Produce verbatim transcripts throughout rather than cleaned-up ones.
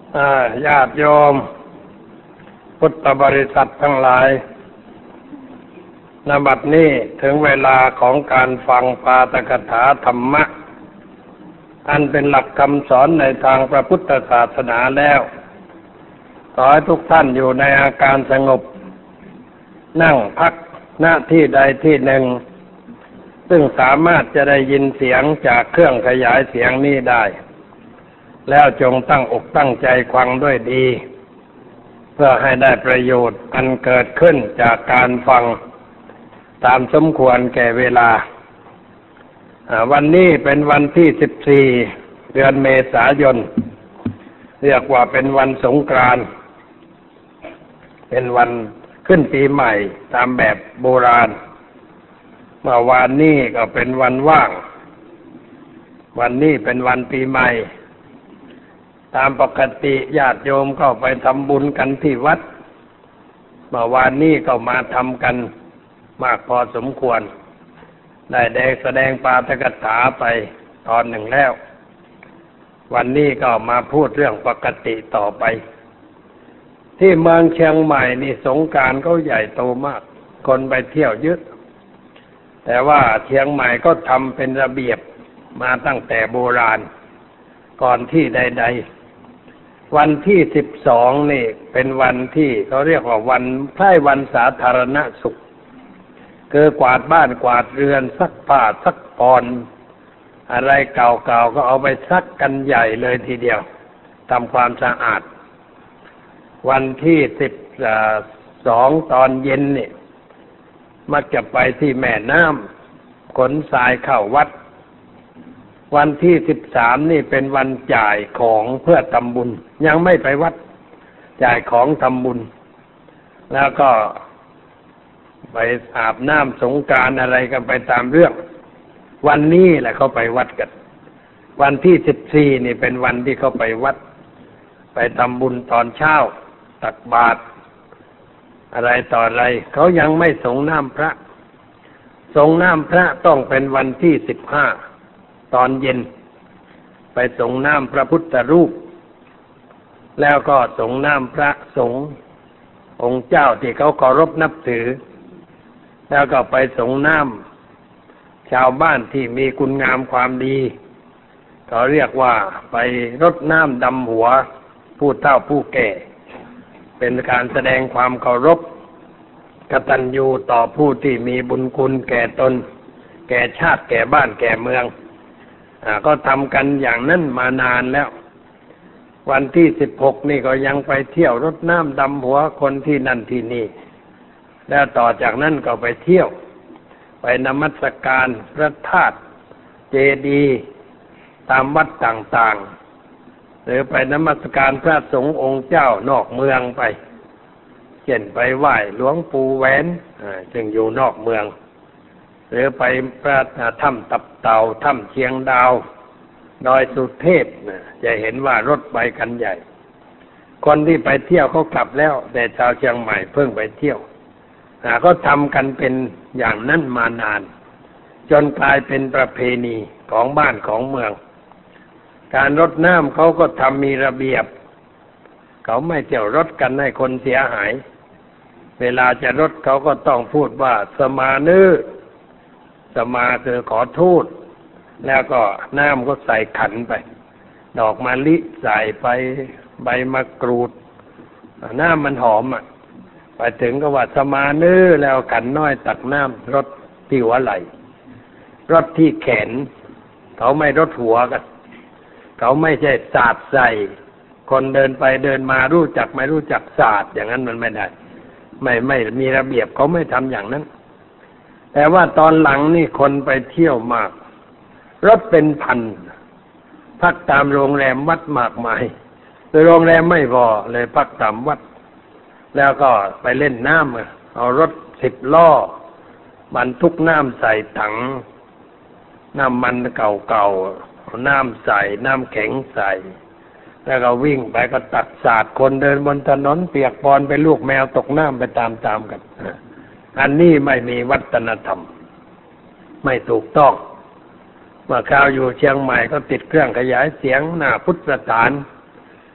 ญาติโยมพุทธบริษัททั้งหลายณ บัดนี้ถึงเวลาของการฟังปาฐกถาธรรมะอันเป็นหลักคำสอนในทางพระพุทธศาสนาแล้วขอให้ทุกท่านอยู่ในอาการสงบนั่งพักณที่ใดที่หนึ่งซึ่งสามารถจะได้ยินเสียงจากเครื่องขยายเสียงนี้ได้แล้วจงตั้งอกตั้งใจฟังด้วยดีเพื่อให้ได้ประโยชน์อันเกิดขึ้นจากการฟังตามสมควรแก่เวลาวันนี้เป็นวันที่สิบสี่เดือนเมษายนเรียกว่าเป็นวันสงกรานต์เป็นวันขึ้นปีใหม่ตามแบบโบราณเมื่อวานนี้ก็เป็นวันว่างวันนี้เป็นวันปีใหม่ตามปกติญาติโยมก็ไปทำบุญกันที่วัดเมื่อวานนี้ก็มาทำกันมากพอสมควรได้ได้แสดงปาฐกถาไปตอนหนึ่งแล้ววันนี้ก็มาพูดเรื่องปกติต่อไปที่เมืองเชียงใหม่นี่สงกรานต์เขาใหญ่โตมากคนไปเที่ยวเยอะแต่ว่าเชียงใหม่ก็ทำเป็นระเบียบมาตั้งแต่โบราณก่อนที่ใดๆวันที่สิบสองนี่เป็นวันที่เขาเรียกว่าวันคล้ายวันสาธารณสุขคือกวาดบ้านกวาดเรือนซักผ้าซักผ่อนอะไรเก่าๆก็เอาไปซักกันใหญ่เลยทีเดียวทำความสะอาดวันที่สิบสองตอนเย็นนี่มักจะไปที่แม่น้ำขนทรายเข้าวัดวันที่สิบสามนี่เป็นวันจ่ายของเพื่อทำบุญยังไม่ไปวัดจ่ายของทำบุญแล้วก็ไปอาบน้ำสงกรานต์อะไรกันไปตามเรื่องวันนี้แหละเขาไปวัดกันวันที่สิบสี่นี่เป็นวันที่เขาไปวัดไปทำบุญตอนเช้าตักบาตรอะไรต่ออะไรเขายังไม่สงน้ำพระสงน้ำพระต้องเป็นวันที่สิบห้าตอนเย็นไปสงน้ำพระพุทธรูปแล้วก็สงน้ำพระสงฆ์องค์เจ้าที่เขาเคารพนับถือแล้วก็ไปสงน้ำชาวบ้านที่มีคุณงามความดีเขาเรียกว่าไปรดน้ำดำหัวผู้เฒ่าผู้แก่เป็นการแสดงความเคารพกตัญญูต่อผู้ที่มีบุญคุณแก่ตนแก่ชาติแก่บ้านแก่เมืองอ่าก็ทำกันอย่างนั้นมานานแล้ววันที่สิบหกนี่ก็ยังไปเที่ยวรดน้ำดำหัวคนที่นั่นที่นี่แล้วต่อจากนั้นก็ไปเที่ยวไปนมัสการพระธาตุเจดีย์ตามวัดต่างๆหรือไปนมัสการพระสงฆ์องค์เจ้านอกเมืองไปเช่นไปไหว้หลวงปู่แหวนซึ่งอยู่นอกเมืองหรือไปพระถ้ำตับเต่าถ้ำเชียงดาวดอยสุเทพจะเห็นว่ารถไปกันใหญ่คนที่ไปเที่ยวเขากลับแล้วแต่ชาวเชียงใหม่เพิ่งไปเที่ยวก็ทำกันเป็นอย่างนั้นมานานจนกลายเป็นประเพณีของบ้านของเมืองการรดน้ำเขาก็ทำมีระเบียบเขาไม่เที่ยวรดกันให้คนเสียหายเวลาจะรดเขาก็ต้องพูดว่าสมานึสมาคือขอโทษแล้วก็น้ำก็ใส่ขันไปดอกมะลิใส่ไปใบมะกรูดน้ำมันหอมอ่ะไปถึงก็ว่าสมานึแล้วขันน้อยตักน้ำรดที่หัวไหล่รดที่แขนเขาไม่รดหัวกันเขาไม่ใช่สาดใส่คนเดินไปเดินมารู้จักไม่รู้จักสาดอย่างนั้นมันไม่ได้ไม่ไม่มีระเบียบเขาไม่ทำอย่างนั้นแต่ว่าตอนหลังนี่คนไปเที่ยวมากรถเป็นพันพักตามโรงแรมวัดมากมายแต่โรงแรมไม่พอเลยพักตามวัดแล้วก็ไปเล่นน้ำเอารถสิบล้อบรรทุกน้ำใส่ถังน้ำมันเก่าๆเอาน้ำใส่น้ำแข็งใส่แล้วก็วิ่งไปก็ตักสาดคนเดินบนถนนเปียกปอนไปลูกแมวตกน้ำไปตามๆกันอันนี้ไม่มีวัฒนธรรมไม่ถูกต้องเมื่อคราวอยู่เชียงใหม่ก็ติดเครื่องขยายเสียงหน้าพุทธสถาน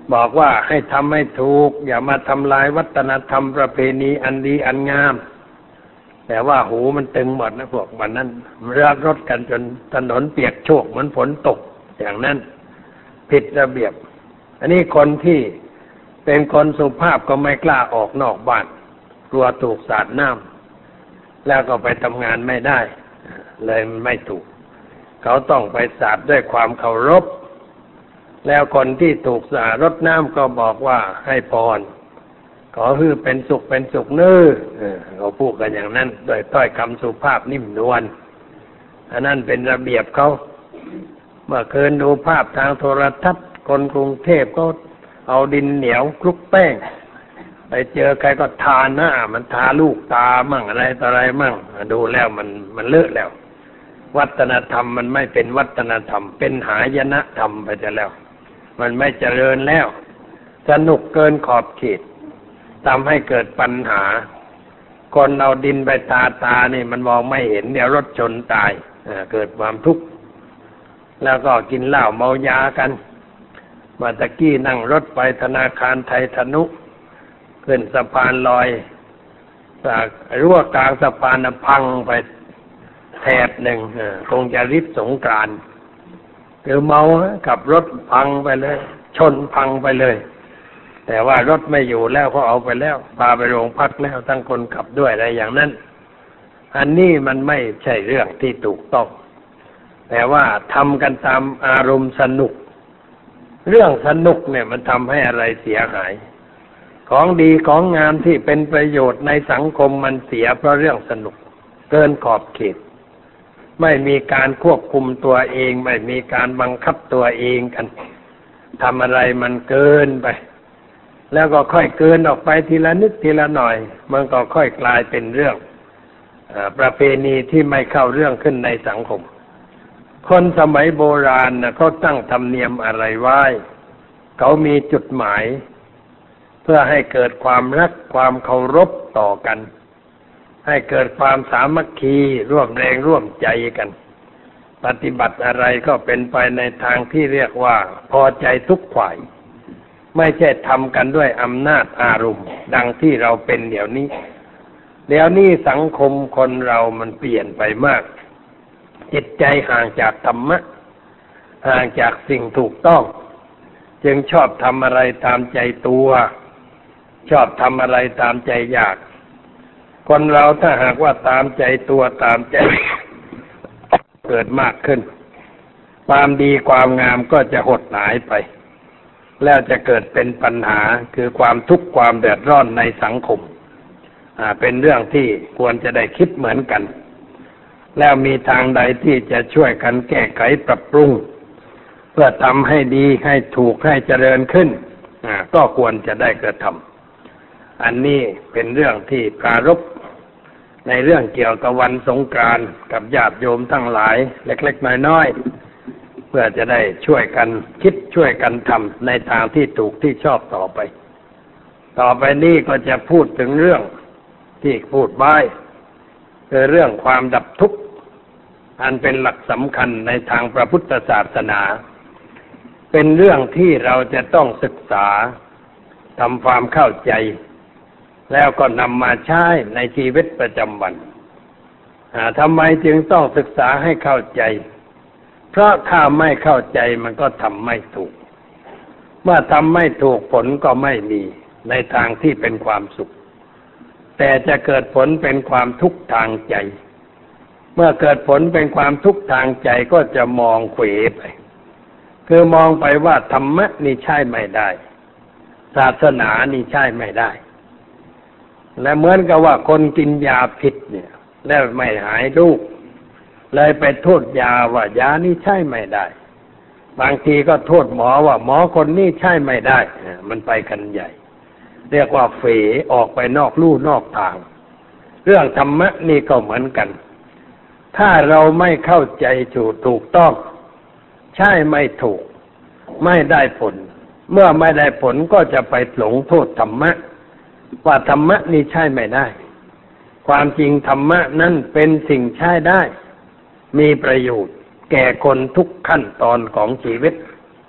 บอกว่าให้ทำให้ถูกอย่ามาทำลายวัฒนธรรมประเพณีอันดีอันงามแต่ว่าหูมันตึงหมดนะพวกวันนั้นเรือรถกันจนถนนเปียกโชกเหมือนฝนตกอย่างนั้นผิดระเบียบอันนี้คนที่เป็นคนสุภาพก็ไม่กล้าออกนอกบ้านกลัวถูกสาดน้ำแล้วก็ไปทำงานไม่ได้เลยไม่ถูกเขาต้องไปสาดด้วยความเคารพแล้วคนที่ถูกสาดรดน้ำก็บอกว่าให้พรขอให้เป็นสุขเป็นสุขเน้อเขาพูดกันอย่างนั้นโดยถ้อยคำสุภาพนิ่มนวลอันนั้นเป็นระเบียบเขาเมื่อคืนดูภาพทางโทรทัศน์คนกรุงเทพก็เอาดินเหนียวคลุกแป้งไปเจอใครก็ทาหน้ามันทาลูกตามั่งอะไรต่ออะไรมั่งดูแล้วมันมันเลอะแล้ววัฒนธรรมมันไม่เป็นวัฒนธรรมเป็นหายนะธรรมไปจะแล้วมันไม่เจริญแล้วสนุกเกินขอบเขตทำให้เกิดปัญหาคนเอาดินไปทาตานี่มันมองไม่เห็นเดี๋ยวรถชนตายเกิดความทุกข์แล้วก็กินเหล้าเมายากันมาตะกี้นั่งรถไปธนาคารไทยธนุขึ้นสะพานลอยจากรั้วกลางสะพานพังไปแถบหนึ่งคงจะริบสงกรานต์คือเมาขับรถพังไปเลยชนพังไปเลยแต่ว่ารถไม่อยู่แล้วเขาเอาไปแล้วพาไปโรงพักแล้วทั้งคนขับด้วยอะไรอย่างนั้นอันนี้มันไม่ใช่เรื่องที่ถูกต้องแต่ว่าทำกันตามอารมณ์สนุกเรื่องสนุกเนี่ยมันทำให้อะไรเสียหายของดีของงามที่เป็นประโยชน์ในสังคมมันเสียเพราะเรื่องสนุกเกินขอบเขตไม่มีการควบคุมตัวเองไม่มีการบังคับตัวเองกันทำอะไรมันเกินไปแล้วก็ค่อยเกินออกไปทีละนิดทีละหน่อยมันก็ค่อยกลายเป็นเรื่องประเพณีที่ไม่เข้าเรื่องขึ้นในสังคมคนสมัยโบราณนะเขาตั้งธรรมเนียมอะไรไว้เขามีจุดหมายเพื่อให้เกิดความรักความเคารพต่อกันให้เกิดความสามัคคีร่วมแรงร่วมใจกันปฏิบัติอะไรก็เป็นไปในทางที่เรียกว่าพอใจทุกฝ่ายไม่ใช่ทำกันด้วยอำนาจอารมณ์ดังที่เราเป็นเดี๋ยวนี้เดี๋ยวนี้สังคมคนเรามันเปลี่ยนไปมากจิตใจห่างจากธรรมะห่างจากสิ่งถูกต้องจึงชอบทำอะไรตามใจตัวชอบทำอะไรตามใจอยากคนเราถ้าหากว่าตามใจตัวตามใจ เกิดมากขึ้นความดีความงามก็จะหดหายไปแล้วจะเกิดเป็นปัญหาคือความทุกข์ความเดือดร้อนในสังคมอ่าเป็นเรื่องที่ควรจะได้คิดเหมือนกันแล้วมีทางใดที่จะช่วยกันแก้ไขปรับปรุงเพื่อทำให้ดีให้ถูกให้เจริญขึ้นอ่าก็ควรจะได้กระทำอันนี้เป็นเรื่องที่ปรารภในเรื่องเกี่ยวกับวันสงกรานต์กับญาติโยมทั้งหลายเล็กๆน้อยๆเพื่อจะได้ช่วยกันคิดช่วยกันทำในทางที่ถูกที่ชอบต่อไปต่อไปนี้ก็จะพูดถึงเรื่องที่พูดไว้คือเรื่องความดับทุกข์อันเป็นหลักสำคัญในทางพระพุทธศาสนาเป็นเรื่องที่เราจะต้องศึกษาทำความเข้าใจแล้วก็นำมาใช้ในชีวิตประจำวันทำไมจึงต้องศึกษาให้เข้าใจเพราะถ้าไม่เข้าใจมันก็ทำไม่ถูกเมื่อทำไม่ถูกผลก็ไม่มีในทางที่เป็นความสุขแต่จะเกิดผลเป็นความทุกข์ทางใจเมื่อเกิดผลเป็นความทุกข์ทางใจก็จะมองเขวไปคือมองไปว่าธรรมะนี่ใช่ไม่ได้ศาสนานี่ใช่ไม่ได้และเหมือนกับว่าคนกินยาผิดเนี่ยแล้วไม่หายโรคเลยไปโทษยาว่ายานี่ใช่ไม่ได้บางทีก็โทษหมอว่าหมอคนนี้ใช่ไม่ได้มันไปกันใหญ่เรียกว่าเฝออกไปนอกลู่นอกทางเรื่องธรรมะนี่ก็เหมือนกันถ้าเราไม่เข้าใจถูกถูกต้องใช่ไม่ถูกไม่ได้ผลเมื่อไม่ได้ผลก็จะไปหลงโทษธรรมะว่าธรรมะนี่ใช่ไม่ได้ความจริงธรรมะนั้นเป็นสิ่งใช้ได้มีประโยชน์แก่คนทุกขั้นตอนของชีวิต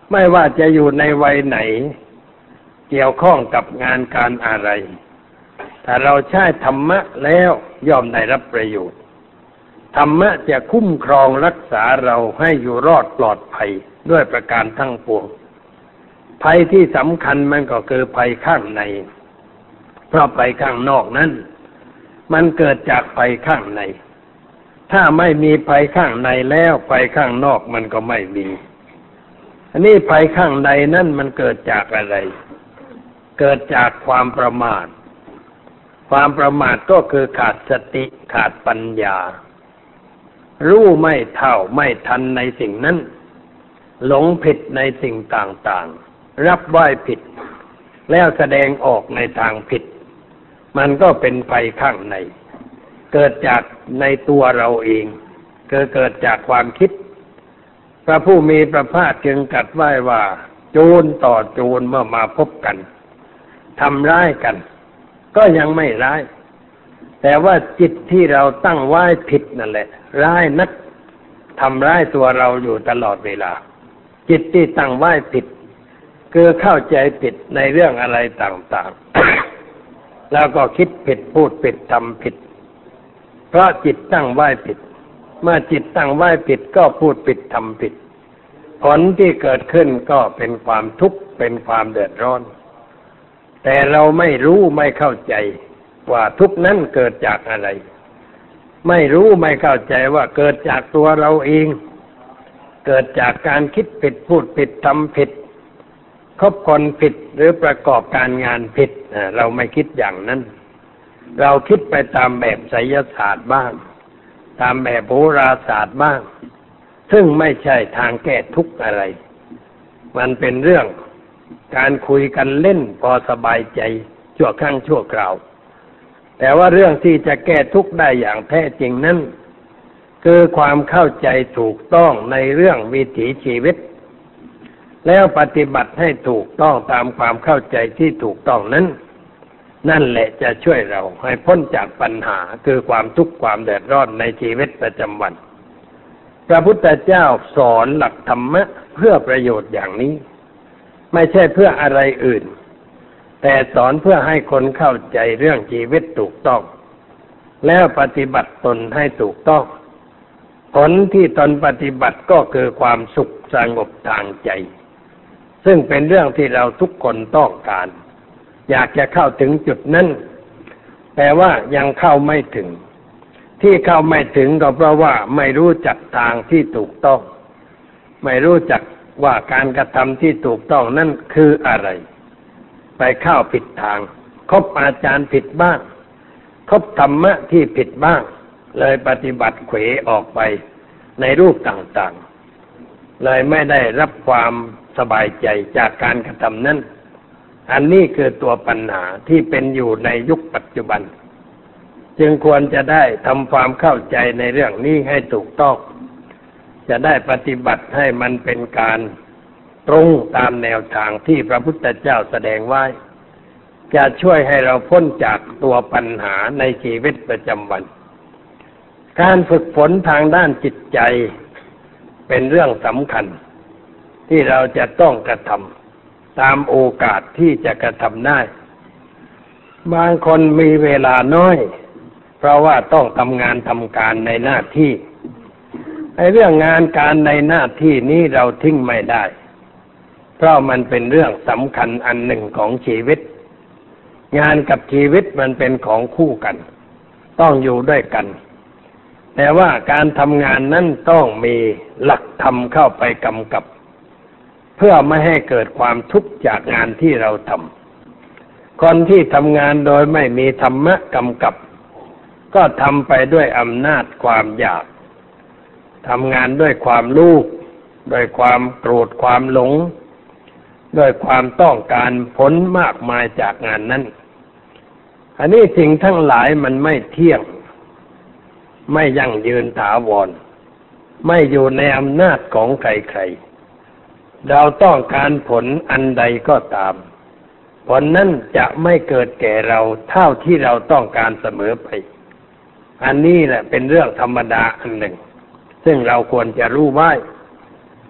ไม่ว่าจะอยู่ในวัยไหนเกี่ยวข้องกับงานการอะไรถ้าเราใช้ธรรมะแล้วย่อมได้รับประโยชน์ธรรมะจะคุ้มครองรักษาเราให้อยู่รอดปลอดภัยด้วยประการทั้งปวงภัยที่สำคัญมันก็คือภัยข้างในเพราะภัยข้างนอกนั้นมันเกิดจากภัยข้างในถ้าไม่มีภัยข้างในแล้วภัยข้างนอกมันก็ไม่มีอันนี้ภัยข้างในนั่นมันเกิดจากอะไรเกิดจากความประมาทความประมาทก็คือขาดสติขาดปัญญารู้ไม่เท่าไม่ทันในสิ่งนั้นหลงผิดในสิ่งต่างๆรับไหว้ผิดแล้วแสดงออกในทางผิดมันก็เป็นภัยข้างในเกิดจากในตัวเราเองเกิดเกิดจากความคิดพระผู้มีพระภาคจึงตรัสไว้ว่าโจรต่อโจรเมื่อมาพบกันทำร้ายกันก็ยังไม่ร้ายแต่ว่าจิตที่เราตั้งไว้ผิดนั่นแหละร้ายนักทำร้ายตัวเราอยู่ตลอดเวลาจิตที่ตั้งไว้ผิดคือเข้าใจผิดในเรื่องอะไรต่างๆ แล้วก็คิดผิดพูดผิดทำผิดเพราะจิตตั้งไว้ผิดเมื่อจิตตั้งไว้ผิดก็พูดผิดทำผิดผลที่เกิดขึ้นก็เป็นความทุกข์เป็นความเดือดร้อนแต่เราไม่รู้ไม่เข้าใจว่าทุกข์นั้นเกิดจากอะไรไม่รู้ไม่เข้าใจว่าเกิดจากตัวเราเองเกิดจากการคิดผิดพูดผิดทำผิดคบคนผิดหรือประกอบการงานผิดเราไม่คิดอย่างนั้นเราคิดไปตามแบบไสยศาสตร์บ้างตามแบบโหราศาสตร์บ้างซึ่งไม่ใช่ทางแก้ทุกข์อะไรมันเป็นเรื่องการคุยกันเล่นพอสบายใจชั่วครั้งชั่วคราวแต่ว่าเรื่องที่จะแก้ทุกข์ได้อย่างแท้จริงนั้นคือความเข้าใจถูกต้องในเรื่องวิถีชีวิตแล้วปฏิบัติให้ถูกต้องตามความเข้าใจที่ถูกต้องนั้นนั่นแหละจะช่วยเราให้พ้นจากปัญหาคือความทุกข์ความเดือดร้อนในชีวิตประจำวันพระพุทธเจ้าสอนหลักธรรมะเพื่อประโยชน์อย่างนี้ไม่ใช่เพื่ออะไรอื่นแต่สอนเพื่อให้คนเข้าใจเรื่องชีวิตถูกต้องแล้วปฏิบัติตนให้ถูกต้องผลที่ตนปฏิบัติก็คือความสุขสงบทางใจซึ่งเป็นเรื่องที่เราทุกคนต้องการอยากจะเข้าถึงจุดนั้นแต่ว่ายังเข้าไม่ถึงที่เข้าไม่ถึงก็เพราะว่าไม่รู้จักทางที่ถูกต้องไม่รู้จักว่าการกระทำที่ถูกต้องนั่นคืออะไรไปเข้าผิดทางคบอาจารย์ผิดบ้างคบธรรมะที่ผิดบ้างเลยปฏิบัติเขวออกไปในรูปต่างๆเลยไม่ได้รับความสบายใจจากการกระทำนั้นอันนี้คือตัวปัญหาที่เป็นอยู่ในยุคปัจจุบันจึงควรจะได้ทำความเข้าใจในเรื่องนี้ให้ถูกต้องจะได้ปฏิบัติให้มันเป็นการตรงตามแนวทางที่พระพุทธเจ้าแสดงไว้จะช่วยให้เราพ้นจากตัวปัญหาในชีวิตประจำวันการฝึกฝนทางด้านจิตใจเป็นเรื่องสำคัญที่เราจะต้องกระทำตามโอกาสที่จะกระทำได้บางคนมีเวลาน้อยเพราะว่าต้องทำงานทำการในหน้าที่ไอ้เรื่องงานการในหน้าที่นี้เราทิ้งไม่ได้เพราะมันเป็นเรื่องสำคัญอันหนึ่งของชีวิตงานกับชีวิตมันเป็นของคู่กันต้องอยู่ด้วยกันแต่ว่าการทำงานนั้นต้องมีหลักธรรมเข้าไปกำกับเพื่อไม่ให้เกิดความทุกข์จากงานที่เราทำคนที่ทำงานโดยไม่มีธรรมะกำกับก็ทำไปด้วยอำนาจความอยากทำงานด้วยความโลภด้วยความโกรธความหลงด้วยความต้องการผลมากมายจากงานนั้นอันนี้สิ่งทั้งหลายมันไม่เที่ยงไม่ยั่งยืนถาวรไม่อยู่ในอำนาจของใครๆเราต้องการผลอันใดก็ตามผลนั้นจะไม่เกิดแก่เราเท่าที่เราต้องการเสมอไปอันนี้แหละเป็นเรื่องธรรมดาอันหนึ่งซึ่งเราควรจะรู้ไว้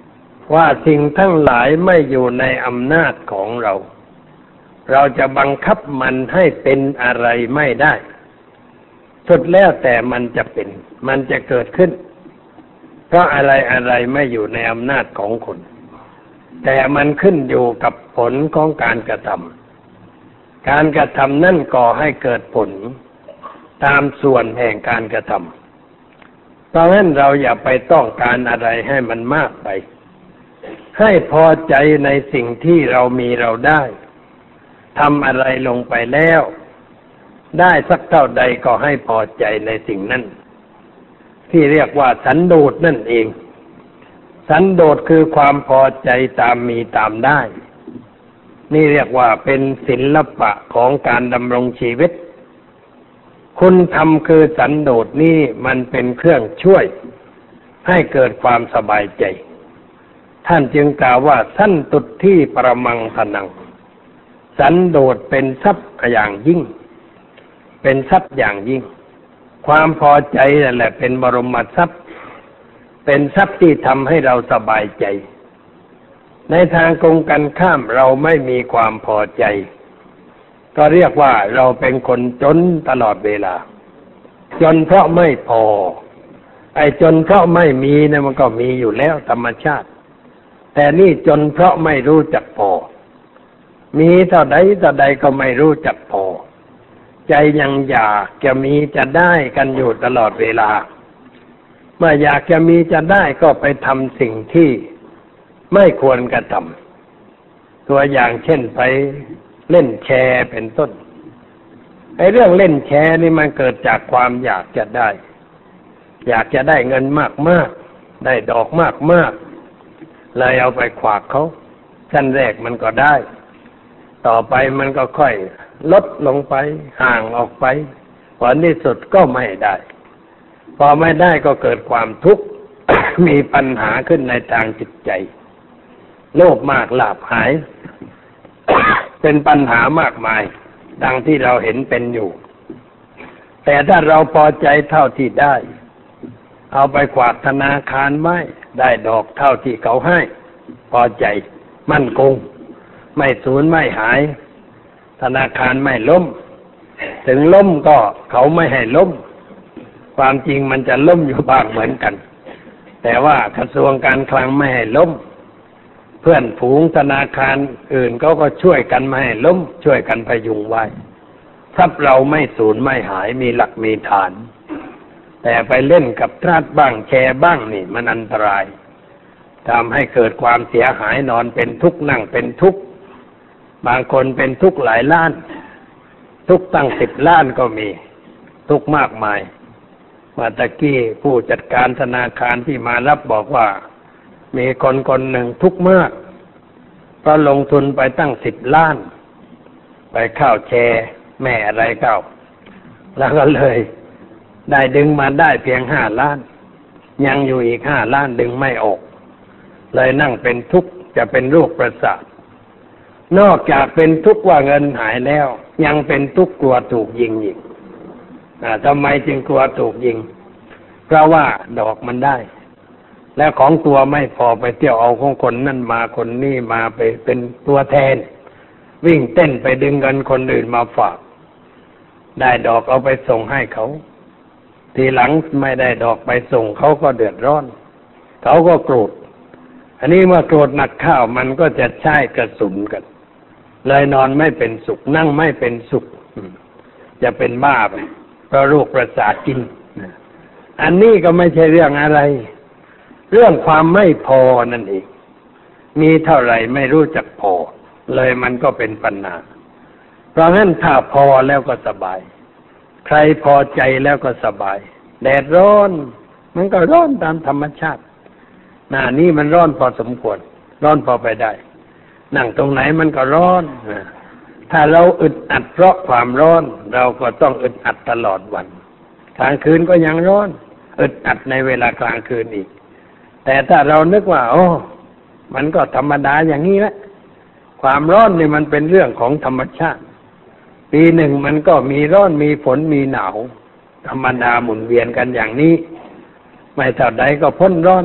ว่าสิ่งทั้งหลายไม่อยู่ในอำนาจของเราเราจะบังคับมันให้เป็นอะไรไม่ได้สุดแล้วแต่มันจะเป็นมันจะเกิดขึ้นเพราะอะไรอะไรไม่อยู่ในอำนาจของคนแต่มันขึ้นอยู่กับผลของการกระทำการกระทำนั่นก่อให้เกิดผลตามส่วนแห่งการกระทำเพราะฉะนั้นเราอย่าไปต้องการอะไรให้มันมากไปให้พอใจในสิ่งที่เรามีเราได้ทำอะไรลงไปแล้วได้สักเท่าใดก็ให้พอใจในสิ่งนั้นที่เรียกว่าสันโดษนั่นเองสันโดษคือความพอใจตามมีตามได้นี่เรียกว่าเป็นศิลปะของการดำรงชีวิตคุณธรรมคือสันโดษนี่มันเป็นเครื่องช่วยให้เกิดความสบายใจท่านจึงกล่าวว่าสันตุที่ประมังพนังสันโดษเป็นทรัพย์อย่างยิ่งเป็นทรัพย์อย่างยิ่งความพอใจนั่นแหละเป็นบรมทรัพย์เป็นทรัพย์ที่ทำให้เราสบายใจในทางตรงกันข้ามเราไม่มีความพอใจก็เรียกว่าเราเป็นคนจนตลอดเวลาจนเพราะไม่พอไอ้จนเพราะไม่มีเนี่ยมันก็มีอยู่แล้วธรรมชาติแต่นี่จนเพราะไม่รู้จักพอมีเท่าใดเท่าใดก็ไม่รู้จักพอใจยังอยากจะมีจะได้กันอยู่ตลอดเวลาเมื่ออยากจะมีจะได้ก็ไปทำสิ่งที่ไม่ควรกระทำตัวอย่างเช่นไปเล่นแชร์เป็นต้นไอ้เรื่องเล่นแชร์นี่มันเกิดจากความอยากจะได้อยากจะได้เงินมากๆได้ดอกมากๆเลยเอาไปขวากเขาขั้นแรกมันก็ได้ต่อไปมันก็ค่อยลดลงไปห่างออกไปผลที่สุดก็ไม่ได้พอไม่ได้ก็เกิดความทุกข์ มีปัญหาขึ้นในทางจิตใจโลภมากลาภหาย เป็นปัญหามากมายดังที่เราเห็นเป็นอยู่แต่ถ้าเราพอใจเท่าที่ได้เอาไปฝากธนาคารไว้ได้ดอกเท่าที่เขาให้พอใจมั่นคงไม่สูญไม่หายธนาคารไม่ล้มถึงล้มก็เขาไม่ให้ล้มความจริงมันจะล้มอยู่บ้างเหมือนกันแต่ว่ากระทรวงการคลังไม่ให้ล้มเพื่อนฝูงธนาคารอื่นเขาก็ช่วยกันไม่ให้ล้มช่วยกันพยุงไว้ทรัพย์เราไม่สูญไม่หายมีหลักมีฐานแต่ไปเล่นกับทรัพย์บ้างแชร์บ้างนี่มันอันตรายทำให้เกิดความเสียหายนอนเป็นทุกข์นั่งเป็นทุกข์บางคนเป็นทุกข์หลายล้านทุกข์ตั้งสิบล้านก็มีทุกข์มากมายเมื่อตะกี้ผู้จัดการธนาคารที่มารับบอกว่ามีคนคนหนึ่งทุกข์มากเพราะลงทุนไปตั้งสิบล้านไปเข้าแชร์แม่อะไรเข้าแล้วก็เลยได้ดึงมาได้เพียงห้าล้านยังอยู่อีกห้าล้านดึงไม่ออกเลยนั่งเป็นทุกข์จะเป็นโรคประสาทนอกจากเป็นทุกข์ว่าเงินหายแล้วยังเป็นทุกข์กลัวถูกยิงอีกอ่าทำไมจึงกลัวถูกยิงเพราะว่าดอกมันได้แล้วของตัวไม่พอไปเที่ยวเอาของคนนั่นมาคนนี้มาไปเป็นตัวแทนวิ่งเต้นไปดึงเงินคนอื่นมาฝากได้ดอกเอาไปส่งให้เขาทีหลังไม่ได้ดอกไปส่งเขาก็เดือดร้อนเขาก็โกรธอันนี้เมื่อโกรธหนักข้าวมันก็จะใช้กระสุนกันเลยนอนไม่เป็นสุขนั่งไม่เป็นสุขจะเป็นบ้าไปเพราะโรคประสาทกินอันนี้ก็ไม่ใช่เรื่องอะไรเรื่องความไม่พอนั่นเองมีเท่าไหร่ไม่รู้จักพอเลยมันก็เป็นปัญหาเพราะงั้นถ้าพอแล้วก็สบายใครพอใจแล้วก็สบายแดดร้อนมันก็ร้อนตามธรรมชาติหน้านี้มันร้อนพอสมควรร้อนพอไปได้นั่งตรงไหนมันก็ร้อนถ้าเราอึดอัดเพราะความร้อนเราก็ต้องอึดอัดตลอดวันกลางคืนก็ยังร้อนอึดอัดในเวลากลางคืนอีกแต่ถ้าเรานึกว่าโอ้มันก็ธรรมดาอย่างนี้แหละความร้อนนี่มันเป็นเรื่องของธรรมชาติปีหนึ่งมันก็มีร้อนมีฝนมีหนาวธรรมดาหมุนเวียนกันอย่างนี้ไม่เท่าใดก็พ้นร้อน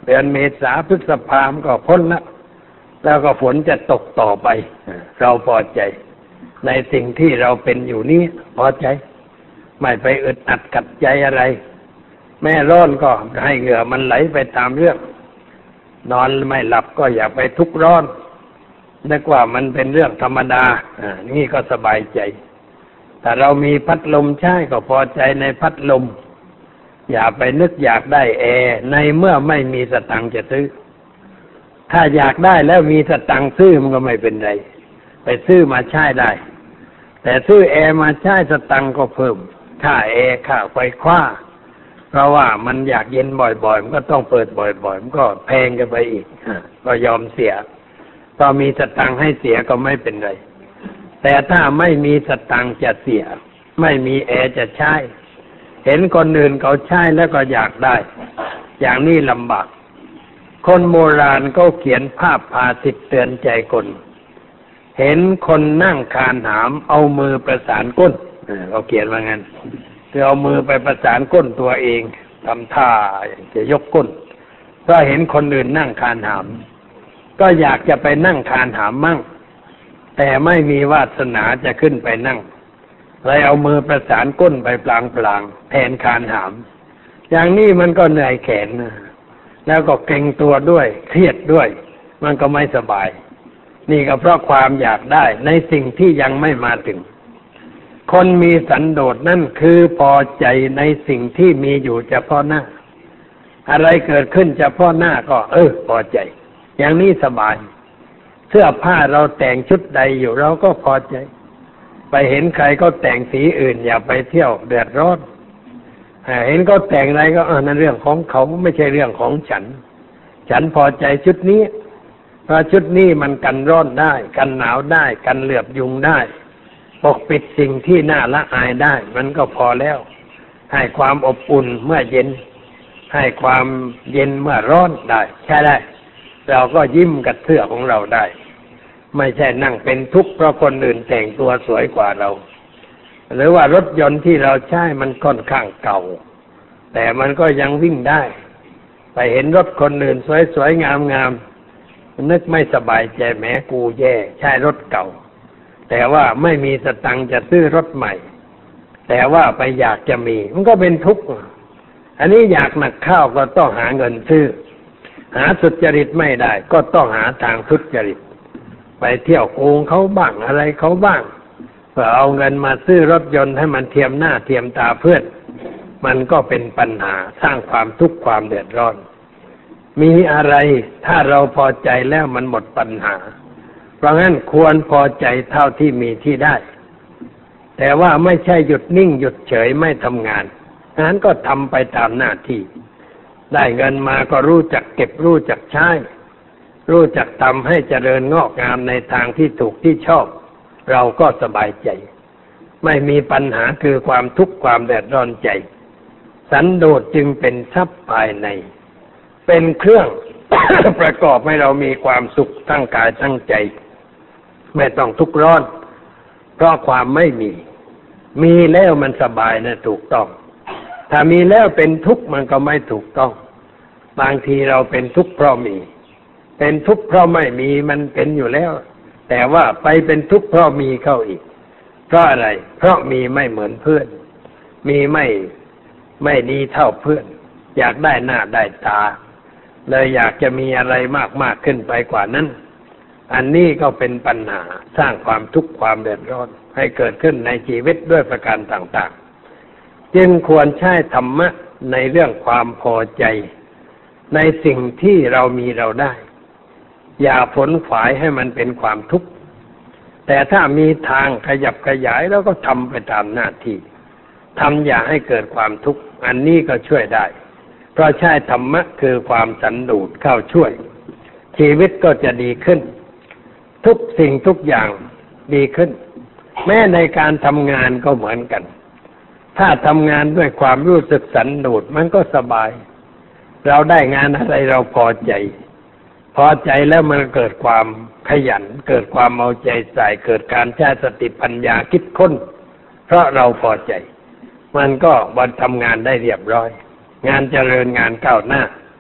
เดือนเมษาพฤษภาคมก็พ้นแล้วแล้วก็ฝนจะตกต่อไปเราพอใจในสิ่งที่เราเป็นอยู่นี้พอใจไม่ไปอึดอัดกัดใจอะไรแม่ร้อนก็ให้เหงื่อมันไหลไปตามเรื่องนอนไม่หลับก็อย่าไปทุกข์ร้อนนึกว่ามันเป็นเรื่องธรรมดาอ่านี่ก็สบายใจถ้าเรามีพัดลมใช้ก็พอใจในพัดลมอย่าไปนึกอยากได้แอร์ในเมื่อไม่มีสตังค์จะซื้อถ้าอยากได้แล้วมีสตังค์ซื้อมันก็ไม่เป็นไรไปซื้อมาใช้ได้แต่ซื้อแอร์มาใช้สตังค์ก็เพิ่มค่าแอร์ค่าไฟฟ้าเพราะว่ามันอยากเย็นบ่อยๆมันก็ต้องเปิดบ่อยๆมันก็แพงกันไปอีกก็ยอมเสียพอมีสตังค์ให้เสียก็ไม่เป็นไรแต่ถ้าไม่มีสตังค์จะเสียไม่มีแอร์จะใช้เห็นคนอื่นเขาใช้แล้วก็อยากได้อย่างนี้ลำบากคนโบราณก็เขียนภาพพาสิทธิ์เตือนใจคนเห็นคนนั่งคานหามเอามือประสานก้นเขาเขียนว่างั้นคือเอามือไปประสานก้นตัวเองทำท่าจะยกก้นก็เห็นคนอื่นนั่งคานหามก็อยากจะไปนั่งคานหามมั่งแต่ไม่มีวาสนาจะขึ้นไปนั่งเลยเอามือประสานก้นไปพลางๆแทนคานหามอย่างนี้มันก็เหนื่อยแขนนะแล้วก็เกร็งตัวด้วยเครียดด้วยมันก็ไม่สบายนี่ก็เพราะความอยากได้ในสิ่งที่ยังไม่มาถึงคนมีสันโดษนั่นคือพอใจในสิ่งที่มีอยู่เฉพาะหน้าอะไรเกิดขึ้นเฉพาะหน้าก็เออพอใจอย่างนี้สบายเสื้อผ้าเราแต่งชุดใดอยู่เราก็พอใจไปเห็นใครก็แต่งสีอื่นอย่าไปเที่ยวเดือดร้อนเห็นก็แต่งอะไรก็เออนั่นเรื่องของเขาไม่ใช่เรื่องของฉันฉันพอใจชุดนี้เพราะชุดนี้มันกันร้อนได้กันหนาวได้กันเหลือบยุงได้ปกปิดสิ่งที่น่าละอายได้มันก็พอแล้วให้ความอบอุ่นเมื่อเย็นให้ความเย็นเมื่อร้อนได้ใช่ได้เราก็ยิ้มกับเสื้อของเราได้ไม่ใช่นั่งเป็นทุกข์เพราะคนอื่นแต่งตัวสวยกว่าเราหรือว่ารถยนต์ที่เราใช้มันค่อนข้างเก่าแต่มันก็ยังวิ่งได้ไปเห็นรถคนอื่นสวยๆงามๆนึกไม่สบายใจแหมกูแย่ใช้รถเก่าแต่ว่าไม่มีสตังค์จะซื้อรถใหม่แต่ว่าไปอยากจะมีมันก็เป็นทุกข์อันนี้อยากหนักข้าวก็ต้องหาเงินซื้อหาสุจริตไม่ได้ก็ต้องหาทางทุจริตไปเที่ยวโกงเขาบ้างอะไรเขาบ้างเพื่อเอาเงินมาซื้อรถยนต์ให้มันเทียมหน้าเทียมตาเพื่อนมันก็เป็นปัญหาสร้างความทุกข์ความเดือดร้อนมีอะไรถ้าเราพอใจแล้วมันหมดปัญหาเพราะงั้นควรพอใจเท่าที่มีที่ได้แต่ว่าไม่ใช่หยุดนิ่งหยุดเฉยไม่ทำงานงั้นก็ทำไปตามหน้าที่ได้เงินมาก็รู้จักเก็บรู้จักใช้รู้จักทำให้เจริญงอกงามในทางที่ถูกที่ชอบเราก็สบายใจไม่มีปัญหาคือความทุกข์ความเดือดร้อนใจสันโดษจึงเป็นทรัพย์ภายในเป็นเครื่อง ประกอบให้เรามีความสุขทั้งกายทั้งใจไม่ต้องทุกข์ร้อนเพราะความไม่มีมีแล้วมันสบายนะถูกต้องถ้ามีแล้วเป็นทุกข์มันก็ไม่ถูกต้องบางทีเราเป็นทุกข์เพราะมีเป็นทุกข์เพราะไม่มีมันเป็นอยู่แล้วแต่ว่าไปเป็นทุกข์เพราะมีเข้าอีกเพราะอะไรเพราะมีไม่เหมือนเพื่อนมีไม่ไม่ดีเท่าเพื่อนอยากได้หน้าได้ตาเลยอยากจะมีอะไรมากๆขึ้นไปกว่านั้นอันนี้ก็เป็นปัญหาสร้างความทุกข์ความเดือดร้อนให้เกิดขึ้นในชีวิตด้วยประการต่างๆจึงควรใช้ธรรมะในเรื่องความพอใจในสิ่งที่เรามีเราได้อย่าผลฝายให้มันเป็นความทุกข์แต่ถ้ามีทางขยับขยายแล้วก็ทำไปตามหน้าที่ทำอย่าให้เกิดความทุกข์อันนี้ก็ช่วยได้เพราะใช้ธรรมะคือความสันโดษเข้าช่วยชีวิตก็จะดีขึ้นทุกสิ่งทุกอย่างดีขึ้นแม้ในการทำงานก็เหมือนกันถ้าทำงานด้วยความรู้สึกสันโดษมันก็สบายเราได้งานอะไรเราพอใจพอใจแล้วมันเกิดความขยันเกิดความเอาใจใส่เกิดการใช้สติปัญญาคิดค้นเพราะเราพอใจมันก็วันทำงานได้เรียบร้อยงานเจริญงานก้าวหน้า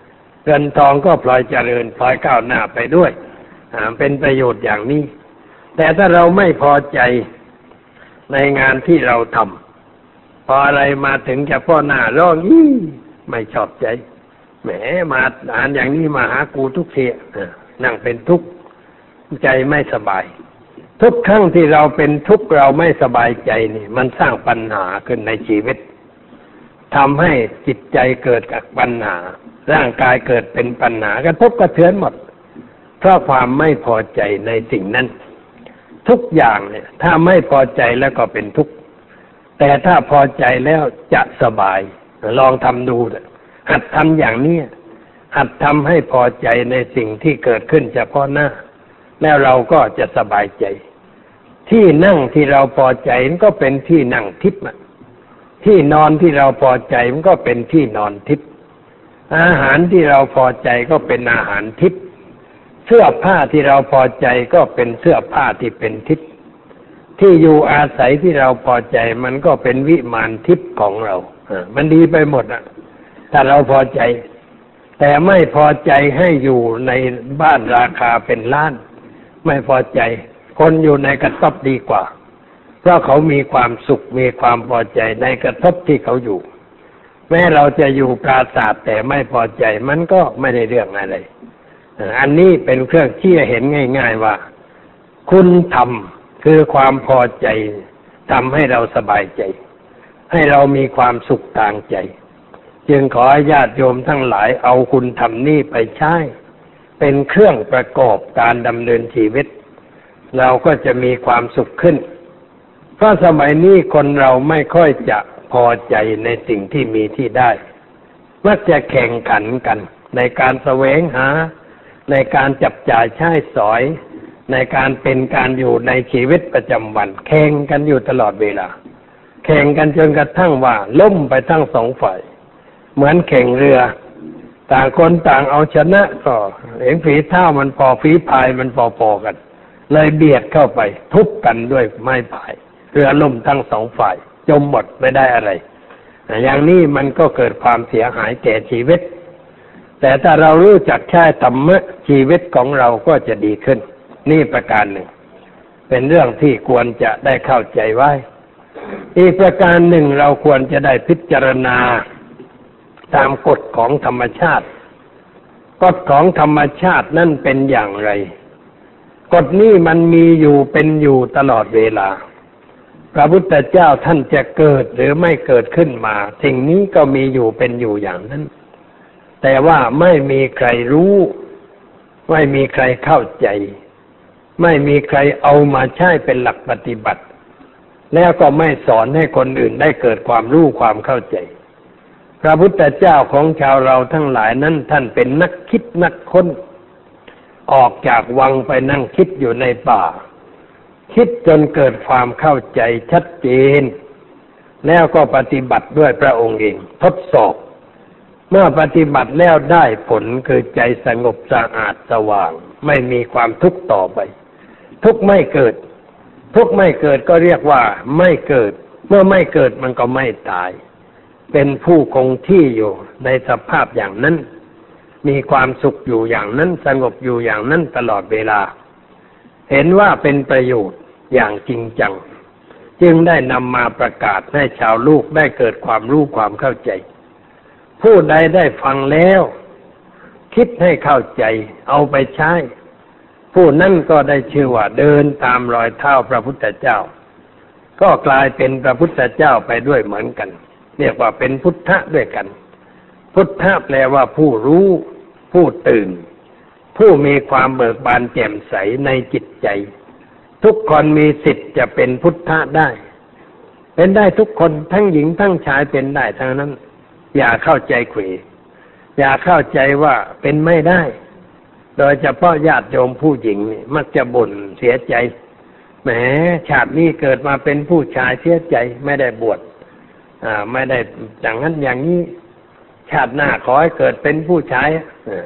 เงินทองก็พลอยเจริญพลอยก้าวหน้าไปด้วยเป็นประโยชน์อย่างนี้แต่ถ้าเราไม่พอใจในงานที่เราทำพออะไรมาถึงจะพ่อหน้าร้องอี้ไม่ชอบใจแหมมาอ่านอย่างนี้มาหากูทุกทีนั่งเป็นทุกข์ใจไม่สบายทุกครั้งที่เราเป็นทุกข์เราไม่สบายใจนี่มันสร้างปัญหาขึ้นในชีวิตทำให้จิตใจเกิดกับปัญหาร่างกายเกิดเป็นปัญหากระทบกระเทือนหมดเพราะความไม่พอใจในสิ่งนั้นทุกอย่างเนี่ยถ้าไม่พอใจแล้วก็เป็นทุกข์แต่ถ้าพอใจแล้วจะสบายลองทำดูหัดทำอย่างนี้หัดทำให้พอใจในสิ่งที่เกิดขึ้นเฉพาะหน้าแล้วเราก็จะสบายใจที่นั่งที่เราพอใจมันก็เป็นที่นั่งทิพย์ที่นอนที่เราพอใจมันก็เป็นที่นอนทิพย์อาหารที่เราพอใจก็เป็นอาหารทิพย์เสื้อผ้าที่เราพอใจก็เป็นเสื้อผ้าที่เป็นทิพย์ที่อยู่อาศัยที่เราพอใจมันก็เป็นวิมานทิพย์ของเราอ่ามันดีไปหมดอ่ะถ้าเราพอใจแต่ไม่พอใจให้อยู่ในบ้านราคาเป็นล้านไม่พอใจคนอยู่ในกระต๊อบดีกว่าเพราะเขามีความสุขมีความพอใจในกระต๊อบที่เขาอยู่แม้เราจะอยู่ปราสาทแต่ไม่พอใจมันก็ไม่ได้เรื่องอะไรอันนี้เป็นเครื่องชี้เห็นง่ายๆว่าคุณธรรมคือความพอใจทำให้เราสบายใจให้เรามีความสุขทางใจจึงขอญาติโยมทั้งหลายเอาคุณธรรมนี้ไปใช้เป็นเครื่องประกอบการดำเนินชีวิตเราก็จะมีความสุขขึ้นเพราะสมัยนี้คนเราไม่ค่อยจะพอใจในสิ่งที่มีที่ได้มักจะแข่งขันกันในการแสวงหาในการจับจ่ายใช้สอยในการเป็นการอยู่ในชีวิตประจำวันแข่งกันอยู่ตลอดเวลาแข่งกันจนกระทั่งว่าล่มไปทั้งสองฝ่ายเหมือนแข่งเรือต่างคนต่างเอาชนะก็เห็นฝีเท้ามันพอฝีพายมันพอๆกันเลยเบียดเข้าไปทุบกันด้วยไม้พายเรือล่มทั้งสองฝ่ายจมหมดไม่ได้อะไรอย่างนี้มันก็เกิดความเสียหายแก่ชีวิตแต่ถ้าเรารู้จักใช้ธรรมะชีวิตของเราก็จะดีขึ้นนี่ประการหนึ่งเป็นเรื่องที่ควรจะได้เข้าใจไว้อีกประการหนึ่งเราควรจะได้พิจารณาตามกฎของธรรมชาติกฎของธรรมชาตินั่นเป็นอย่างไรกฎนี้มันมีอยู่เป็นอยู่ตลอดเวลาพระพุทธเจ้าท่านจะเกิดหรือไม่เกิดขึ้นมาสิ่งนี้ก็มีอยู่เป็นอยู่อย่างนั้นแต่ว่าไม่มีใครรู้ไม่มีใครเข้าใจไม่มีใครเอามาใช้เป็นหลักปฏิบัติแล้วก็ไม่สอนให้คนอื่นได้เกิดความรู้ความเข้าใจพระพุทธเจ้าของชาวเราทั้งหลายนั้นท่านเป็นนักคิดนักค้นออกจากวังไปนั่งคิดอยู่ในป่าคิดจนเกิดความเข้าใจชัดเจนแล้วก็ปฏิบัติด้วยพระองค์เองทดสอบเมื่อปฏิบัติแล้วได้ผลคือใจสงบสะอาดสว่างไม่มีความทุกข์ต่อไปทุกข์ไม่เกิดทุกข์ไม่เกิดก็เรียกว่าไม่เกิดเมื่อไม่เกิดมันก็ไม่ตายเป็นผู้คงที่อยู่ในสภาพอย่างนั้นมีความสุขอยู่อย่างนั้นสงบอยู่อย่างนั้นตลอดเวลาเห็นว่าเป็นประโยชน์อย่างจริงจังจึงได้นำมาประกาศให้ชาวลูกได้เกิดความรู้ความเข้าใจผู้ใดได้ฟังแล้วคิดให้เข้าใจเอาไปใช้ผู้นั้นก็ได้ชื่อว่าเดินตามรอยเท้าพระพุทธเจ้าก็กลายเป็นพระพุทธเจ้าไปด้วยเหมือนกันเรียกว่าเป็นพุทธะด้วยกันพุทธะแปลว่าผู้รู้ผู้ตื่นผู้มีความเบิกบานแจ่มใสในจิตใจทุกคนมีสิทธิ์จะเป็นพุทธะได้เป็นได้ทุกคนทั้งหญิงทั้งชายเป็นได้ทั้งนั้นอย่าเข้าใจเขวอย่าเข้าใจว่าเป็นไม่ได้โดยเฉพาะญาติโยมผู้หญิงนี่มักจะบ่นเสียใจแหมชาตินี้เกิดมาเป็นผู้ชายเสียใจไม่ได้บวชอ่าไม่ได้อย่างนั้นอย่างนี้ชาติหน้าขอให้เกิดเป็นผู้ชาย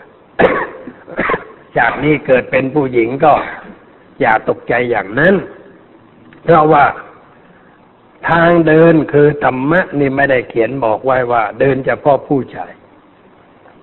ชาตินี้เกิดเป็นผู้หญิงก็อย่าตกใจอย่างนั้นเพราะว่าทางเดินคือธรรมะนี่ไม่ได้เขียนบอกไว้ว่าเดินเฉพาะผู้ชาย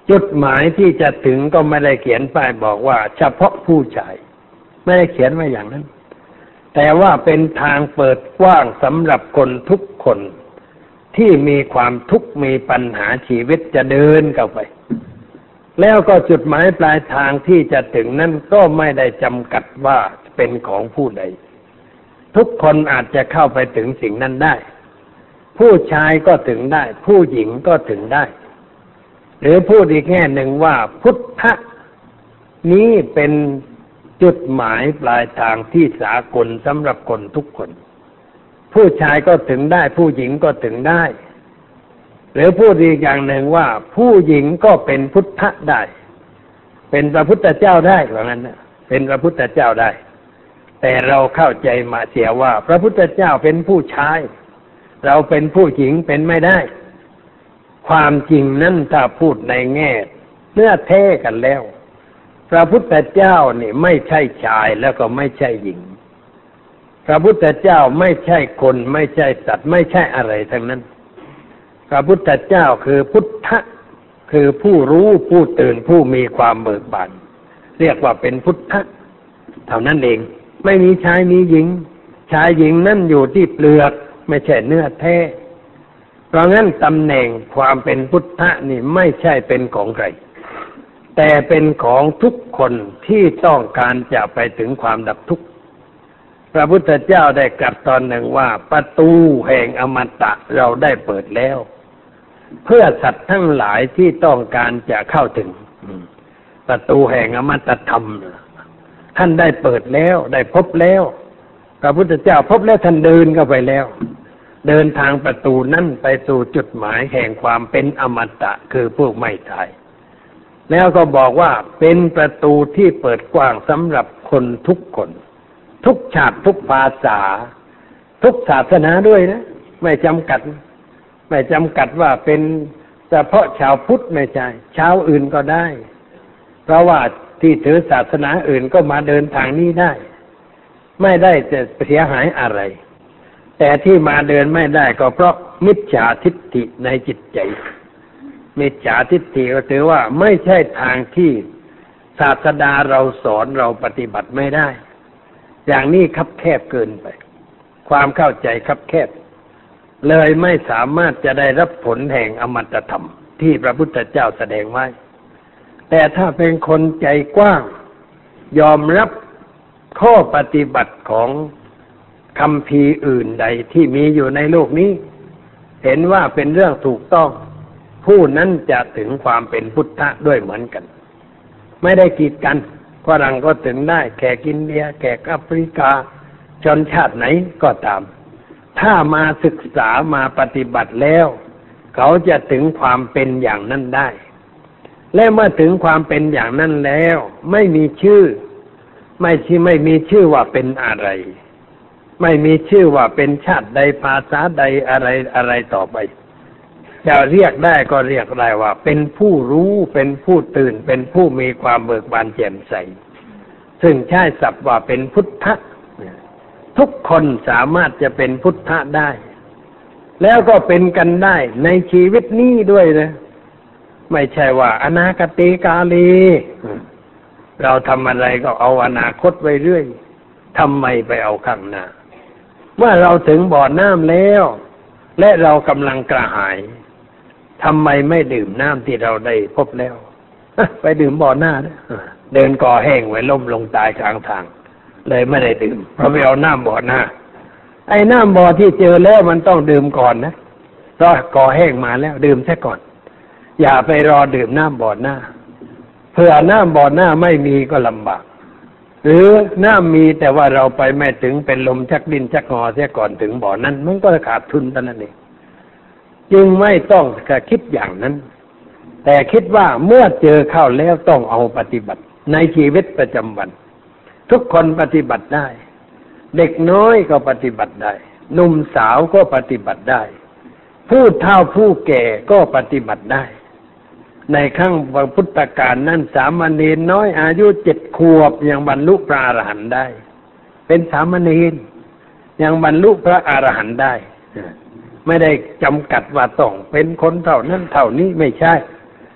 จุดหมายที่จะถึงก็ไม่ได้เขียนป้ายบอกว่าเฉพาะผู้ชายไม่ได้เขียนไว้อย่างนั้นแต่ว่าเป็นทางเปิดกว้างสำหรับคนทุกคนที่มีความทุกข์มีปัญหาชีวิตจะเดินเข้าไปแล้วก็จุดหมายปลายทางที่จะถึงนั้นก็ไม่ได้จำกัดว่าเป็นของผู้ใดทุกคนอาจจะเข้าไปถึงสิ่งนั้นได้ผู้ชายก็ถึงได้ผู้หญิงก็ถึงได้หรือพูดอีกแง่หนึ่งว่าพุทธะนี้เป็นจุดหมายปลายทางที่สากลสำหรับคนทุกคนผู้ชายก็ถึงได้ผู้หญิงก็ถึงได้หรือพูดอีกอย่างหนึ่งว่าผู้หญิงก็เป็นพุทธะได้เป็นพระพุทธเจ้าได้ว่างั้นนะเป็นพระพุทธเจ้าได้แต่เราเข้าใจมาเสียว่าพระพุทธเจ้าเป็นผู้ชายเราเป็นผู้หญิงเป็นไม่ได้ความจริงนั้นถ้าพูดในแง่เนื้อแท้กันแล้วพระพุทธเจ้านี่ไม่ใช่ชายแล้วก็ไม่ใช่หญิงพระพุทธเจ้าไม่ใช่คนไม่ใช่สัตว์ไม่ใช่อะไรทั้งนั้นพระพุทธเจ้าคือพุทธะคือผู้รู้ผู้ตื่นผู้มีความเบิกบานเรียกว่าเป็นพุทธะเท่านั้นเองไม่มีชายมีหญิงชายหญิงนั่นอยู่ที่เปลือกไม่ใช่เนื้อแท้เพราะงั้นตำแหน่งความเป็นพุทธะนี่ไม่ใช่เป็นของใครแต่เป็นของทุกคนที่ต้องการจะไปถึงความดับทุกข์พระพุทธเจ้าได้กลับตอนหนึ่งว่าประตูแห่งอมตะเราได้เปิดแล้วเพื่อสัตว์ทั้งหลายที่ต้องการจะเข้าถึงประตูแห่งอมตะธรรมท่านได้เปิดแล้วได้พบแล้วพระพุทธเจ้าพบแล้วท่านเดินเข้าไปแล้วเดินทางประตูนั้นไปสู่จุดหมายแห่งความเป็นอมตะคือผู้ไม่ตายแล้วก็บอกว่าเป็นประตูที่เปิดกว้างสำหรับคนทุกคนทุกชาติทุกภาษาทุกศาสนาด้วยนะไม่จำกัดไม่จำกัดว่าเป็นเฉพาะชาวพุทธไม่ใช่ชาวอื่นก็ได้เพราะว่าที่ถือศาสนาอื่นก็มาเดินทางนี้ได้ไม่ได้จะเสียหายอะไรแต่ที่มาเดินไม่ได้ก็เพราะมิจฉาทิฏฐิในจิตใจมิจฉาทิฏฐิก็ถือว่าไม่ใช่ทางที่ศาสดาเราสอนเราปฏิบัติไม่ได้อย่างนี้คับแคบเกินไปความเข้าใจคับแคบเลยไม่สามารถจะได้รับผลแห่งอมตะธรรมที่พระพุทธเจ้าแสดงไว้แต่ถ้าเป็นคนใจกว้างยอมรับข้อปฏิบัติของคัมภีร์อื่นใดที่มีอยู่ในโลกนี้เห็นว่าเป็นเรื่องถูกต้องผู้นั้นจะถึงความเป็นพุทธะด้วยเหมือนกันไม่ได้กีดกันฝรั่งก็ถึงได้แขกอินเดียแขกแอฟริกาชนชาติไหนก็ตามถ้ามาศึกษามาปฏิบัติแล้วเขาจะถึงความเป็นอย่างนั้นได้และเมื่อถึงความเป็นอย่างนั้นแล้วไม่มีชื่อไม่ใช่ไม่มีชื่อว่าเป็นอะไรไม่มีชื่อว่าเป็นชาติใดภาษาใดอะไรอะไรต่อไปจะเรียกได้ก็เรียกได้ว่าเป็นผู้รู้เป็นผู้ตื่นเป็นผู้มีความเบิกบานแจ่มใสซึ่งใช้ศัพท์ว่าเป็นพุทธะทุกคนสามารถจะเป็นพุทธะได้แล้วก็เป็นกันได้ในชีวิตนี้ด้วยนะไม่ใช่ว่าอนาคติกาลีเราทำอะไรก็เอาอนาคตไว้เรื่อยทำไมไปเอาข้างหน้าเมื่อเราถึงบ่อน้ำแล้วและเรากำลังกระหายทำไมไม่ดื่มน้ำที่เราได้พบแล้วไปดื่มบ่อหน้าเดินก่อแห้งไว้ล้มลงตายกลางทางเลยไม่ได้ดื่มเพราะไปเอาน้ำบ่อหน้าไอ้น้ำบ่อที่เจอแล้วมันต้องดื่มก่อนนะเพราะก่อแห้งมาแล้วดื่มซะก่อนอย่าไปรอดื่มน้ำบ่อหน้าเผื่อน้ำบ่อหน้าไม่มีก็ลำบากหรือน้ำมีแต่ว่าเราไปไม่ถึงเป็นลมชักดินชักงอเสียก่อนถึงบ่อนั้นมันก็ขาดทุนเท่านั้นเองจึงไม่ต้องคิดอย่างนั้นแต่คิดว่าเมื่อเจอเข้าแล้วต้องเอาปฏิบัติในชีวิตประจำวันทุกคนปฏิบัติได้เด็กน้อยก็ปฏิบัติได้หนุ่มสาวก็ปฏิบัติได้ผู้เฒ่าผู้แก่ก็ปฏิบัติได้ในครั้งพุทธกาลนั้นสามเณรน้อยอายุเจ็ดขวบยังบรรลุพระอรหันต์ได้เป็นสามเณรยังบรรลุพระอรหันต์ได้ไม่ได้จำกัดว่าต้องเป็นคนเท่านั้นเท่านี้ไม่ใช่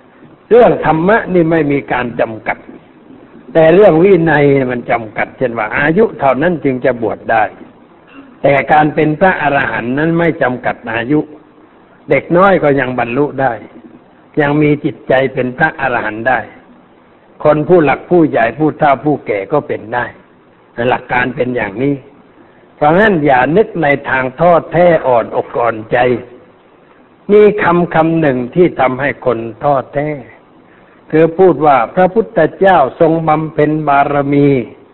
เรื่องธรรมะนี่ไม่มีการจำกัดแต่เรื่องวินัยมันจำกัดเช่นว่าอายุเท่านั้นจึงจะบวชได้แต่การเป็นพระอรหันต์นั้นไม่จำกัดอายุเด็กน้อยก็ยังบรรลุได้ยังมีจิตใจเป็นพระอรหันต์ได้คนผู้หลักผู้ใหญ่ผู้เฒ่าผู้แก่ก็เป็นได้หลักการเป็นอย่างนี้เพราะงั้นอย่านึกในทางทอดแท้อ่อนอกอ่อนใจมีคำคำหนึ่งที่ทำให้คนทอดแท้คือพูดว่าพระพุทธเจ้าทรงบำเพ็ญบารมี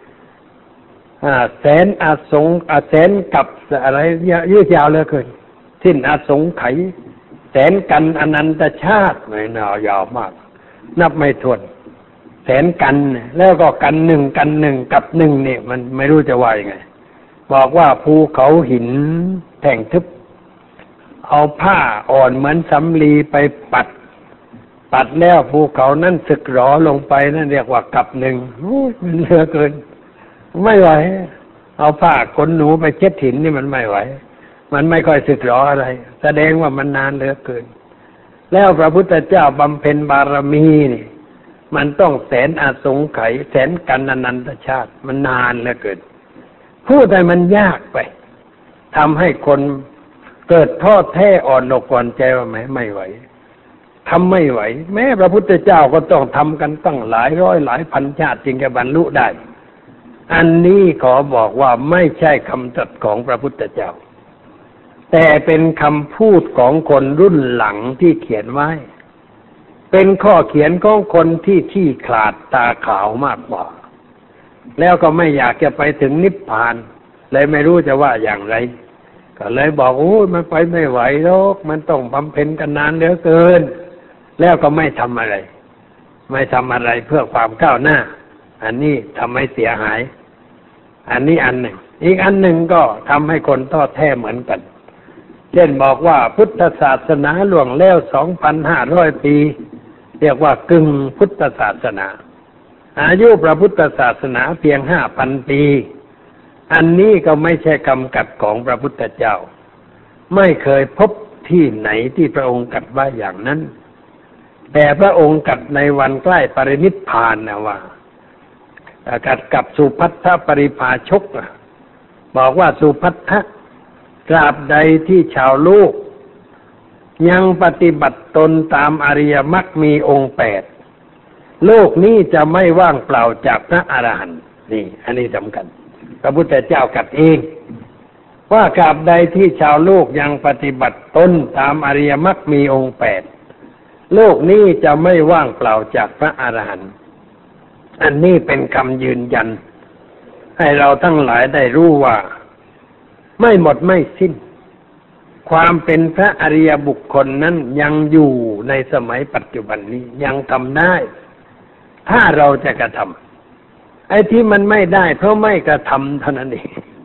แสนอาสงอาแสนกับอะไรยืดยาวเหลือเกินสิ้นอาสงไขยแสนกันอนันตชาติไม่น่ายาวมากนับไม่ถ้วนแสนกันแล้วก็กันหนึ่งกันหนึ่งกับหนึ่งเนี่ยมันไม่รู้จะว่ายังไงบอกว่าภูเขาหินแท่งทึบเอาผ้าอ่อนเหมือนสำลีไปปัดปัดแล้วภูเขานั้นสึกหรอลงไปนั่นเรียกว่ากับหนึ่งมันเหลือเกินไม่ไหวเอาผ้าขนหนูไปเช็ดหินนี่มันไม่ไหวมันไม่ค่อยสึกหรออะไรแสดงว่ามันนานเหลือเกินแล้วพระพุทธเจ้าบำเพ็ญบารมีนี่มันต้องแสนอาสงไขยแสนกันอนันตชาติมันนานเหลือเกินพูดแต่มันยากไปทำให้คนเกิดทอดแท้อ่อนอกอ่อนใจว่าไม่ไม่ไหวทำไม่ไหวแม้พระพุทธเจ้าก็ต้องทำกันตั้งหลายร้อยหลายพันชาติจึงจะบรรลุได้อันนี้ขอบอกว่าไม่ใช่คำตรัสของพระพุทธเจ้าแต่เป็นคำพูดของคนรุ่นหลังที่เขียนไว้เป็นข้อเขียนของคนที่ขี้ขลาดตาขาวมากกว่าแล้วก็ไม่อยากจะไปถึงนิพพานเลยไม่รู้จะว่าอย่างไรก็เลยบอกโอ้ยมันไปไม่ไหวหรอกมันต้องบำเพ็ญกันนานเหลือเกินแล้วก็ไม่ทำอะไรไม่ทำอะไรเพื่อความก้าวหน้าอันนี้ทำให้เสียหายอันนี้อันหนึ่งอีกอันหนึ่งก็ทำให้คนท้อแท้เหมือนกันเช่นบอกว่าพุทธศาสนาล่วงแล้ว สองพันห้าร้อย ปีเรียกว่ากึ่งพุทธศาสนาอายุพระพุทธศาสนาเพียง ห้าพัน ปีอันนี้ก็ไม่ใช่คำกัดของพระพุทธเจ้าไม่เคยพบที่ไหนที่พระองค์กัดว่าอย่างนั้นแต่พระองค์กัดในวันใกล้ปรินิพพานนะว่ากัดกับสุภัททปริภาชกบอกว่าสุภัททะตราบใดที่ชาวโลกยังปฏิบัติตนตามอริยมรรคมีองค์แปดโลกนี้จะไม่ว่างเปล่าจากพระอรหันต์นี่อันนี้สำคัญพระพุทธเจ้ากัดเองว่าตราบใดที่ชาวโลกยังปฏิบัติตนตามอริยมรรคมีองค์แปดโลกนี้จะไม่ว่างเปล่าจากพระอรหันต์อันนี้เป็นคำยืนยันให้เราทั้งหลายได้รู้ว่าไม่หมดไม่สิ้นความเป็นพระอริยบุคคลนั้นยังอยู่ในสมัยปัจจุบันนี้ยังทำได้ถ้าเราจะกระทำไอ้ที่มันไม่ได้เพราะไม่กระทำเท่านั้นเอง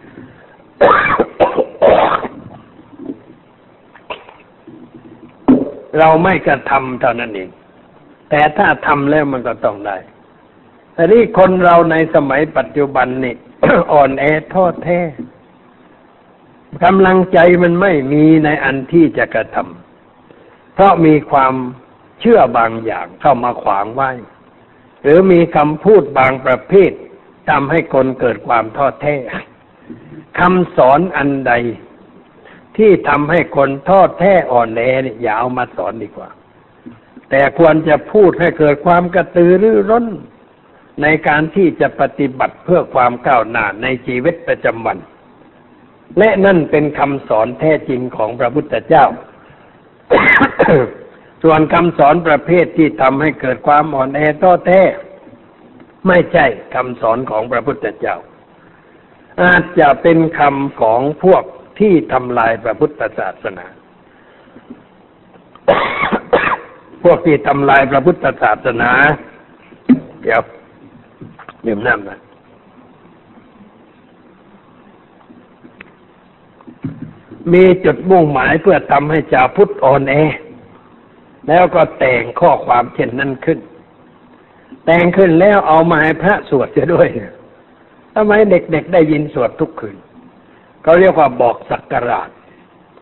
เราไม่กระทำเท่านั้นเองแต่ถ้าทำแล้วมันก็ต้องได้แต่นี่คนเราในสมัยปัจจุบันนี่ อ่อนแอท้อแท้กำลังใจมันไม่มีในอันที่จะกระทำเพราะมีความเชื่อบางอย่างเข้ามาขวางไว้หรือมีคำพูดบางประเภททำให้คนเกิดความท้อแท้คำสอนอันใดที่ทำให้คนท้อแท้อ่อนแอเนี่ยอย่าเอามาสอนดีกว่าแต่ควรจะพูดให้เกิดความกระตือรือร้นในการที่จะปฏิบัติเพื่อความก้าวหน้าในชีวิตประจำวันและนั่นเป็นคำสอนแท้จริงของพระพุทธเจ้า ส่วนคำสอนประเภทที่ทำให้เกิดความอ่อนแอท้อแท้ไม่ใช่คำสอนของพระพุทธเจ้าอาจจะเป็นคำของพวกที่ทำลายพระพุทธศาสนา พวกที่ทำลายพระพุทธศาสนาเดี๋ยวดื่มน้ำนะมีจุดมุ่งหมายเพื่อทำให้ชาวพุทธอ่อนแอแล้วก็แต่งข้อความเช่นนั้นขึ้นแต่งขึ้นแล้วเอามาให้พระสวดจะด้วยทำไมเด็กๆได้ยินสวดทุกคืนเขาเรียกว่าบอกสักการะ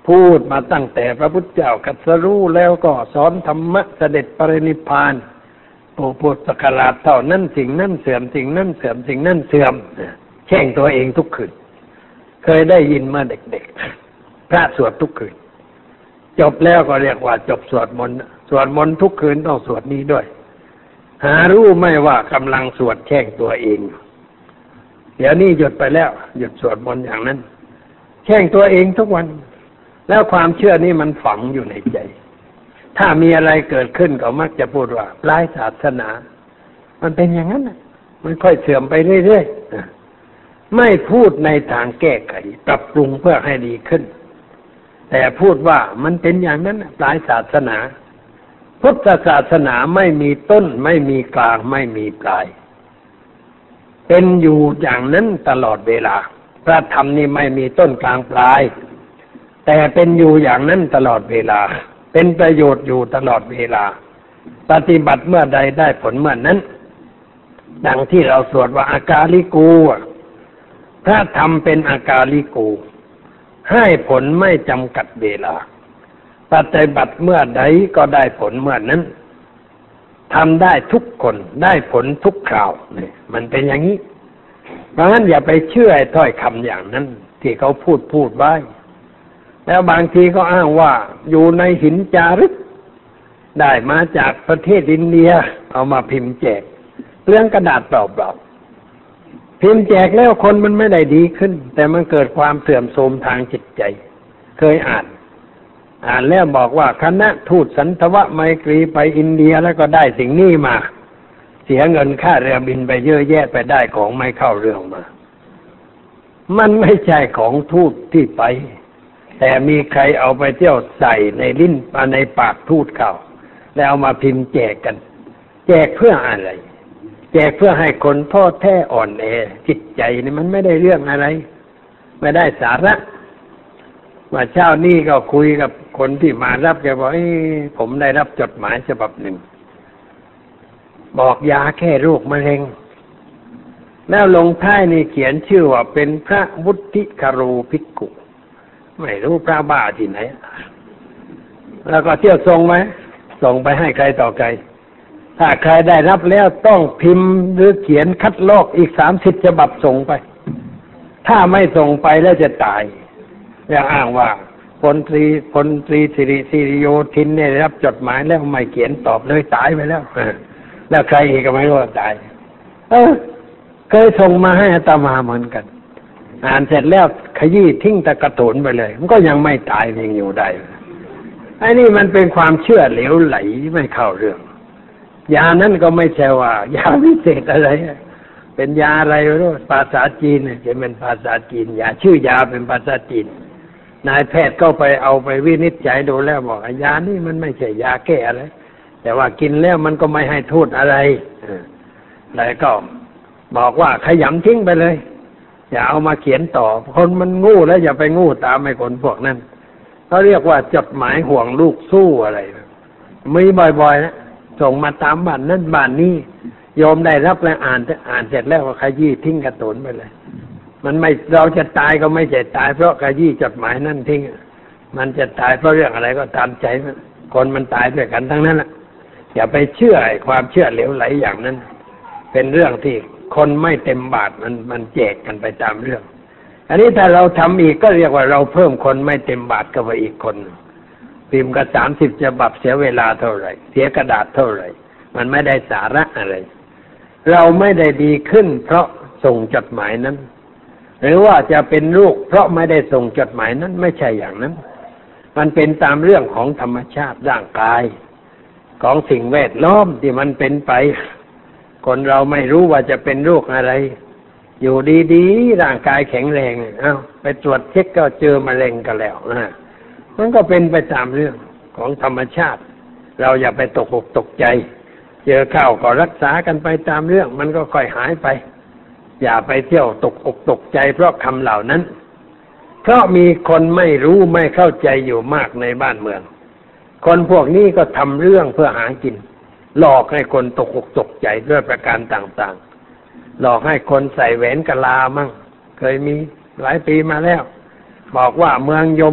พูดมาตั้งแต่พระพุทธเจ้ากัสรู้แล้วก็สอนธรรมะเสด็จปรินิพพานผู้พูดสักการะเท่านั้นสิ่งนั้นเสื่อมสิ่งนั้นเสื่อมสิ่งนั้นเสื่อมแช่งตัวเองทุกคืนเคยได้ยินเมื่อเด็กๆพระสวดทุกคืนจบแล้วก็เรียกว่าจบสวดมนต์สวดมนต์ทุกคืนต้องสวดนี้ด้วยหารู้ไหมว่ากำลังสวดแช่งตัวเองเดี๋ยวนี้หยุดไปแล้วหยุดสวดมนต์อย่างนั้นแช่งตัวเองทุกวันแล้วความเชื่อนี้มันฝังอยู่ในใจถ้ามีอะไรเกิดขึ้นก็มักจะพูดว่าร้ายศาสนามันเป็นอย่างนั้นนะมันค่อยเสื่อมไปเรื่อยๆไม่พูดในทางแก้ไขปรับปรุงเพื่อให้ดีขึ้นแต่พูดว่ามันเป็นอย่างนั้นร้ายศาสนาพุทธศาสนาไม่มีต้นไม่มีกลางไม่มีปลายเป็นอยู่อย่างนั้นตลอดเวลาพระธรรมนี่ไม่มีต้นกลางปลายแต่เป็นอยู่อย่างนั้นตลอดเวลาเป็นประโยชน์อยู่ตลอดเวลาปฏิบัติเมื่อใดได้ผลเมื่อนั้นดังที่เราสวดว่าอากาลิกูพระธรรมเป็นอากาลิกูให้ผลไม่จำกัดเวลาปฏิบัติเมื่อใดก็ได้ผลเมื่อนั้นทำได้ทุกคนได้ผลทุกคราวนี่มันเป็นอย่างนี้เพราะฉะนั้นอย่าไปเชื่อถ้อยคำอย่างนั้นที่เขาพูดพูดไว้แล้วบางทีก็อ้างว่าอยู่ในหินจารึกได้มาจากประเทศอินเดียเอามาพิมพ์แจกเรื่องกระดาษเปล่าๆพิมพ์แจกแล้วคนมันไม่ได้ดีขึ้นแต่มันเกิดความเสื่อมโทรมทางจิตใจเคยอ่านอ่านแล้วบอกว่าคณะทูตสันทวไมตรีไปอินเดียแล้วก็ได้สิ่งนี้มาเสียเงินค่าเรือบินไปเยอะแยะไปได้ของไม่เข้าเรื่องมามันไม่ใช่ของทูตที่ไปแต่มีใครเอาไปเที่ยวใส่ในลิ้นในปากทูตเขาแล้วเอามาพิมพ์แจกกันแจกเพื่ออะไรแจกเพื่อให้คนท้อแท้อ่อนแอจิตใจนี่มันไม่ได้เรื่องอะไรไม่ได้สาระว่าเช้านี้ก็คุยกับคนที่มารับแกบอกผมได้รับจดหมายฉบับหนึ่งบอกยาแก้โรคมะเร็งแล้วลงท้ายนี่เขียนชื่อว่าเป็นพระวุฒิคารูภิกขุไม่รู้พระบ้าที่ไหนแล้วก็เที่ยวส่งไหมส่งไปให้ใครต่อใครถ้าใครได้รับแล้วต้องพิมพ์หรือเขียนคัดลอกอีกสามสิบฉบับส่งไปถ้าไม่ส่งไปแล้วจะตายแล้วอ้างว่าพลตรีพลตรีสิริสิริโยธินเนี่ยได้รับจดหมายแล้วไม่เขียนตอบเลยตายไปแล้วแล้วใครอีกก็ไม่รู้ว่าตายเออเคยส่งมาให้อาตมาเหมือนกันอ่านเสร็จแล้วขยี้ทิ้งตะกระโถนไปเลยมันก็ยังไม่ตายยังอยู่ได้ไอ้นี่มันเป็นความเชื่อเหลวไหลไม่เข้าเรื่องยานั้นก็ไม่ใช่ว่ายาพิเศษอะไรเป็นยาอะไรไม่รู้ภาษาจีนเนี่ยจะเป็นภาษาจีนยาชื่อยาเป็นภาษาจีนนายแพทย์ก็ไปเอาไปวินิจฉัยดูแล้วบอกยานี่มันไม่ใช่ยาแก้อะไรแต่ว่ากินแล้วมันก็ไม่ให้โทษอะไรแล้วก็บอกว่าขยำทิ้งไปเลยอย่าเอามาเขียนต่อคนมันงูแล้วอย่าไปงูตามไอ้คนพวกนั้นเขาเรียกว่าจดหมายห่วงลูกสู้อะไรมีบ่อยๆนะส่งมาตามบ้านนั้นบ้านนี้โยมได้รับแล้วอ่านอ่านเสร็จแล้วก็ขยี้ทิ้งกระตุนไปเลยมันไม่เราจะตายก็ไม่ใช่ตายเพราะขยี้จดหมายนั่นทิ้งมันจะตายเพราะเรื่องอะไรก็ตามใจคนมันตายด้วยกันทั้งนั้นแหละอย่าไปเชื่อไอ้ความเชื่อเหลวไหลอย่างนั้นเป็นเรื่องที่คนไม่เต็มบาทมันมันแจกกันไปตามเรื่องอันนี้ถ้าเราทำอีกก็เรียกว่าเราเพิ่มคนไม่เต็มบาทเข้าไปอีกคนพิมพ์กันสามสิบฉบับเสียเวลาเท่าไหร่เสียกระดาษเท่าไหร่มันไม่ได้สาระอะไรเราไม่ได้ดีขึ้นเพราะส่งจดหมายนั้นหรือว่าจะเป็นลูกเพราะไม่ได้ส่งจดหมายนั้นไม่ใช่อย่างนั้นมันเป็นตามเรื่องของธรรมชาติร่างกายของสิ่งแวดล้อมที่มันเป็นไปคนเราไม่รู้ว่าจะเป็นโรคอะไรอยู่ดีๆร่างกายแข็งแรงเอ้าไปตรวจเช็คก็เจอมะเร็งกันแล้วนะมันก็เป็นไปตามเรื่องของธรรมชาติเราอย่าไปตกอกตกใจเจอเข้าก็รักษากันไปตามเรื่องมันก็ค่อยหายไปอย่าไปเที่ยวตกอกตกใจเพราะคำเหล่านั้นเพราะมีคนไม่รู้ไม่เข้าใจอยู่มากในบ้านเมืองคนพวกนี้ก็ทำเรื่องเพื่อหากินหลอกให้คนตกอกตกใจด้วยประการต่างๆหลอกให้คนใส่แหวนกะลามั่งเคยมีหลายปีมาแล้วบอกว่าเมืองยม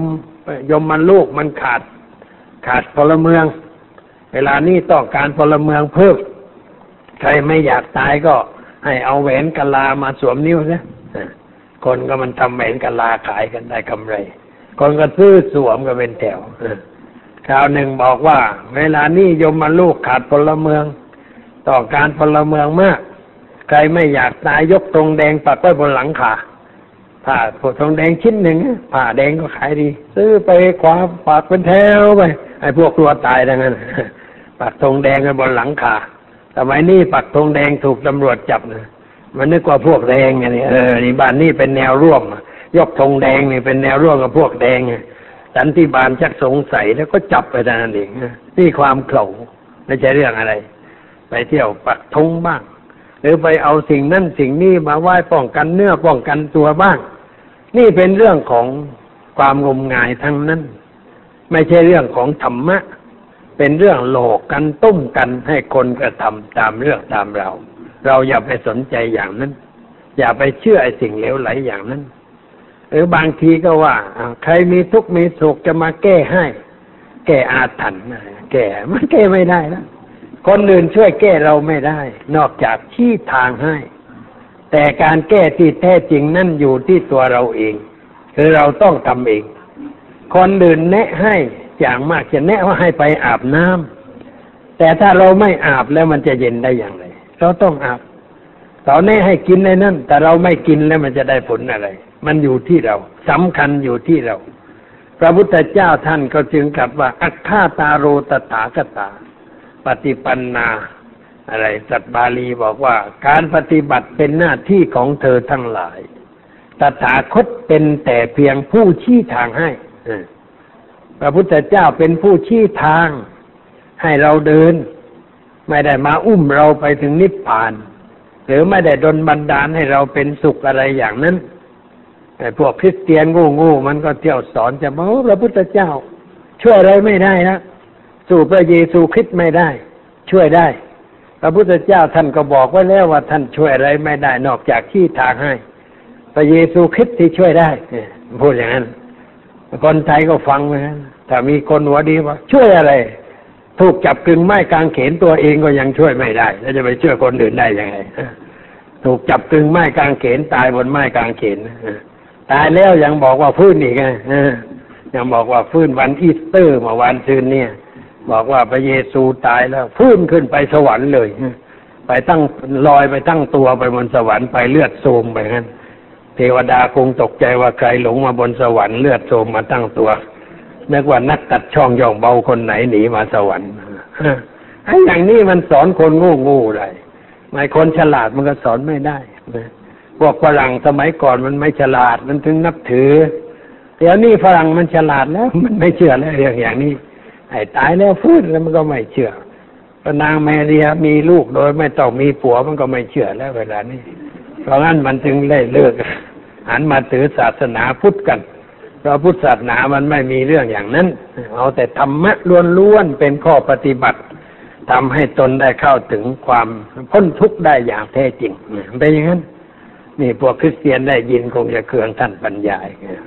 ยมมันลูกมันขาดขาดพลเมือง เวลานี้ต้องการพลเมืองเพิ่มใครไม่อยากตายก็ให้เอาแหวนกะลามาสวมนิ้วซะคนก็มันทำแหวนกะลาขายกันได้กำไรคนก็ซื้อสวมก็เป็นแถวคราวหนึ่งบอกว่าเวลานี้ยมมาลูกขาดพลเมืองต้องการพลเมืองมากใครไม่อยากตายยกธงแดงปักไว้บนหลังคาผ้าธงแดงชิ้นหนึ่งผ้าแดงก็ขายดีซื้อไปขวาปักเป็นแถวไปไอ้พวกกลัวตายดังนั้นปักธงแดงไว้บนหลังคาสมัยนี้ปักธงแดงถูกตำรวจจับนะมันนึกว่าพวกแดงไงนี่เออนี่บ้านนี้เป็นแนวร่วมยกธงแดงนี่เป็นแนวร่วมกับพวกแดงสันติบาลชักสงสัยแล้วก็จับไปนั่นเองนี่ความเขลาไม่ใช่เรื่องอะไรไปเที่ยวปักธงบ้างหรือไปเอาสิ่งนั้นสิ่งนี้มาไหว้ป้องกันเนื้อป้องกันตัวบ้างนี่เป็นเรื่องของความงมงายทั้งนั้นไม่ใช่เรื่องของธรรมะเป็นเรื่องหลอกกันตุ้มกันให้คนกระทำตามเรื่องตามเราเราอย่าไปสนใจอย่างนั้นอย่าไปเชื่อไอ้สิ่งเหลวไหลอย่างนั้นหรือบางทีก็ว่าใครมีทุกข์มีสุขจะมาแก้ให้แก้อาถรรพ์แก้มันแก้ไม่ได้แล้วคนอื่นช่วยแก้เราไม่ได้นอกจากชี้ทางให้แต่การแก้ที่แท้จริงนั่นอยู่ที่ตัวเราเองคือเราต้องทำเองคนอื่นแนะให้อย่างมากจะแนะว่าให้ไปอาบน้ำแต่ถ้าเราไม่อาบแล้วมันจะเย็นได้อย่างไรเราต้องอาบตอนนี้ให้กินในนั้นแต่เราไม่กินแล้วมันจะได้ผลอะไรมันอยู่ที่เราสำคัญอยู่ที่เราพระพุทธเจ้าท่านก็จึงกลับว่าอัคฆาตาโรตถาคตาปฏิปันนาอะไรสัตบาลีบอกว่าการปฏิบัติเป็นหน้าที่ของเธอทั้งหลายตถาคตเป็นแต่เพียงผู้ชี้ทางให้พระพุทธเจ้าเป็นผู้ชี้ทางให้เราเดินไม่ได้มาอุ้มเราไปถึงนิพพานหรือไม่ได้ดลบันดาลให้เราเป็นสุขอะไรอย่างนั้นไอ้พวกคริสเตียนโง่ๆมันก็เที่ยวสอนจะบอกพระพุทธเจ้าช่วยอะไรไม่ได้นะสู้พระเยซูคริสต์ไม่ได้ช่วยได้พระพุทธเจ้าท่านก็บอกไว้แล้วว่าท่านช่วยอะไรไม่ได้นอกจากชี้ทางให้พระเยซูคริสต์ที่ช่วยได้พูดอย่างนั้นคนไทยก็ฟังเหมือนกันถ้ามีคนหัวดีว่าช่วยอะไรถูกจับกึงไม้กางเขนตัวเองก็ยังช่วยไม่ได้แล้วจะไปช่วยคนอื่นได้ยังไงถูกจับกึงไม้กางเขนตายบนไม้กางเขนตายแล้วยังบอกว่าฟื้นอีกไงยังบอกว่าฟื้นวันอีสเตอร์เมื่อวันซืนเนี่ยบอกว่าพระเยซูตายแล้วฟื้นขึ้นไปสวรรค์เลยไปตั้งลอยไปตั้งตัวไปบนสวรรค์ไปเลือดโสมไปงั้นเทวดาคงตกใจว่าใครหลงมาบนสวรรค์เลือดโสมมาตั้งตัวนึกว่านักตัดช่องย่องเบาคนไหนหนีมาสวรรค์ไอ้อย่างนี้มันสอนคนโง่ๆได้ไม่คนฉลาดมันก็สอนไม่ได้พวกฝรั่งสมัยก่อนมันไม่ฉลาดมันถึงนับถือเดี๋ยวนี้ฝรั่งมันฉลาดแล้วมันไม่เชื่อแล้วเรื่องอย่างนี้ไอ้ตายแล้วฟื้นแล้วมันก็ไม่เชื่อพระนางแมเรียมีลูกโดยไม่ต้องมีผัวมันก็ไม่เชื่อแล้วเวลานี้เพราะงั้นมันจึงได้เลิกหันมาถือศาสนาพุทธกันเพราะพุทธศาสนามันไม่มีเรื่องอย่างนั้นเอาแต่ธรรมะล้วนๆเป็นข้อปฏิบัติทำให้ตนได้เข้าถึงความพ้นทุกข์ได้อย่างแท้จริงเป็นอย่างนั้นนี่พวกคริสเตียนได้ยินคงจะเคืองท่านบรรยาย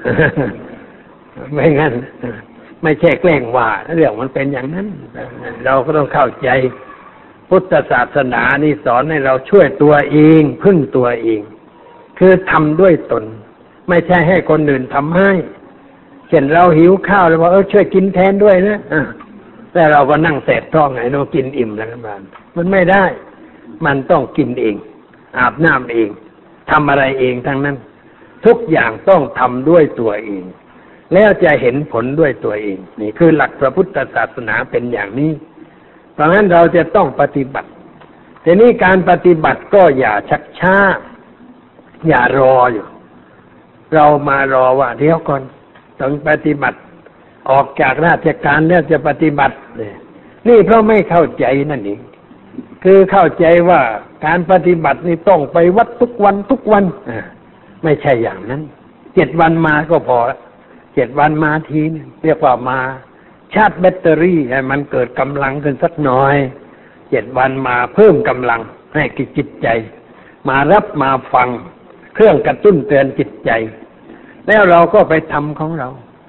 ไม่งั้นไม่ใช่แกล้งว่าเรื่องมันเป็นอย่างนั้นเราก็ต้องเข้าใจพุทธศาสนานี่สอนให้เราช่วยตัวเองพึ่งตัวเองคือทำด้วยตนไม่ใช่ให้คนอื่นทำให้เช่นเราหิวข้าวแล้วว่าเออช่วยกินแทนด้วยนะแต่เราก็นั่งแสบท้องไงเรากินอิ่มแล้วกันมันไม่ได้มันต้องกินเองอาบน้ำเองทำอะไรเองทั้งนั้นทุกอย่างต้องทำด้วยตัวเองแล้วจะเห็นผลด้วยตัวเองนี่คือหลักพระพุทธศาสนาเป็นอย่างนี้เพราะงั้นเราจะต้องปฏิบัติทีนี้การปฏิบัติก็อย่าชักช้าอย่ารออยู่เรามารอว่าเดี๋ยวก่อนต้องปฏิบัติออกจากราชการแล้วจะปฏิบัตินี่เพราะไม่เข้าใจนั่นเองคือเข้าใจว่าการปฏิบัตินี่ต้องไปวัดทุกวันทุกวันไม่ใช่อย่างนั้นเจ็ดวันมาก็พอเจ็ดวันมาทีนึงเรียกว่ามาชาร์จแบตเตอรี่ให้มันเกิดกำลังขึ้นสักหน่อยเจ็ดวันมาเพิ่มกำลังให้กับจิตใจมารับมาฟังเครื่องกระตุ้นเตือนจิตใจแล้วเราก็ไปทำของเรา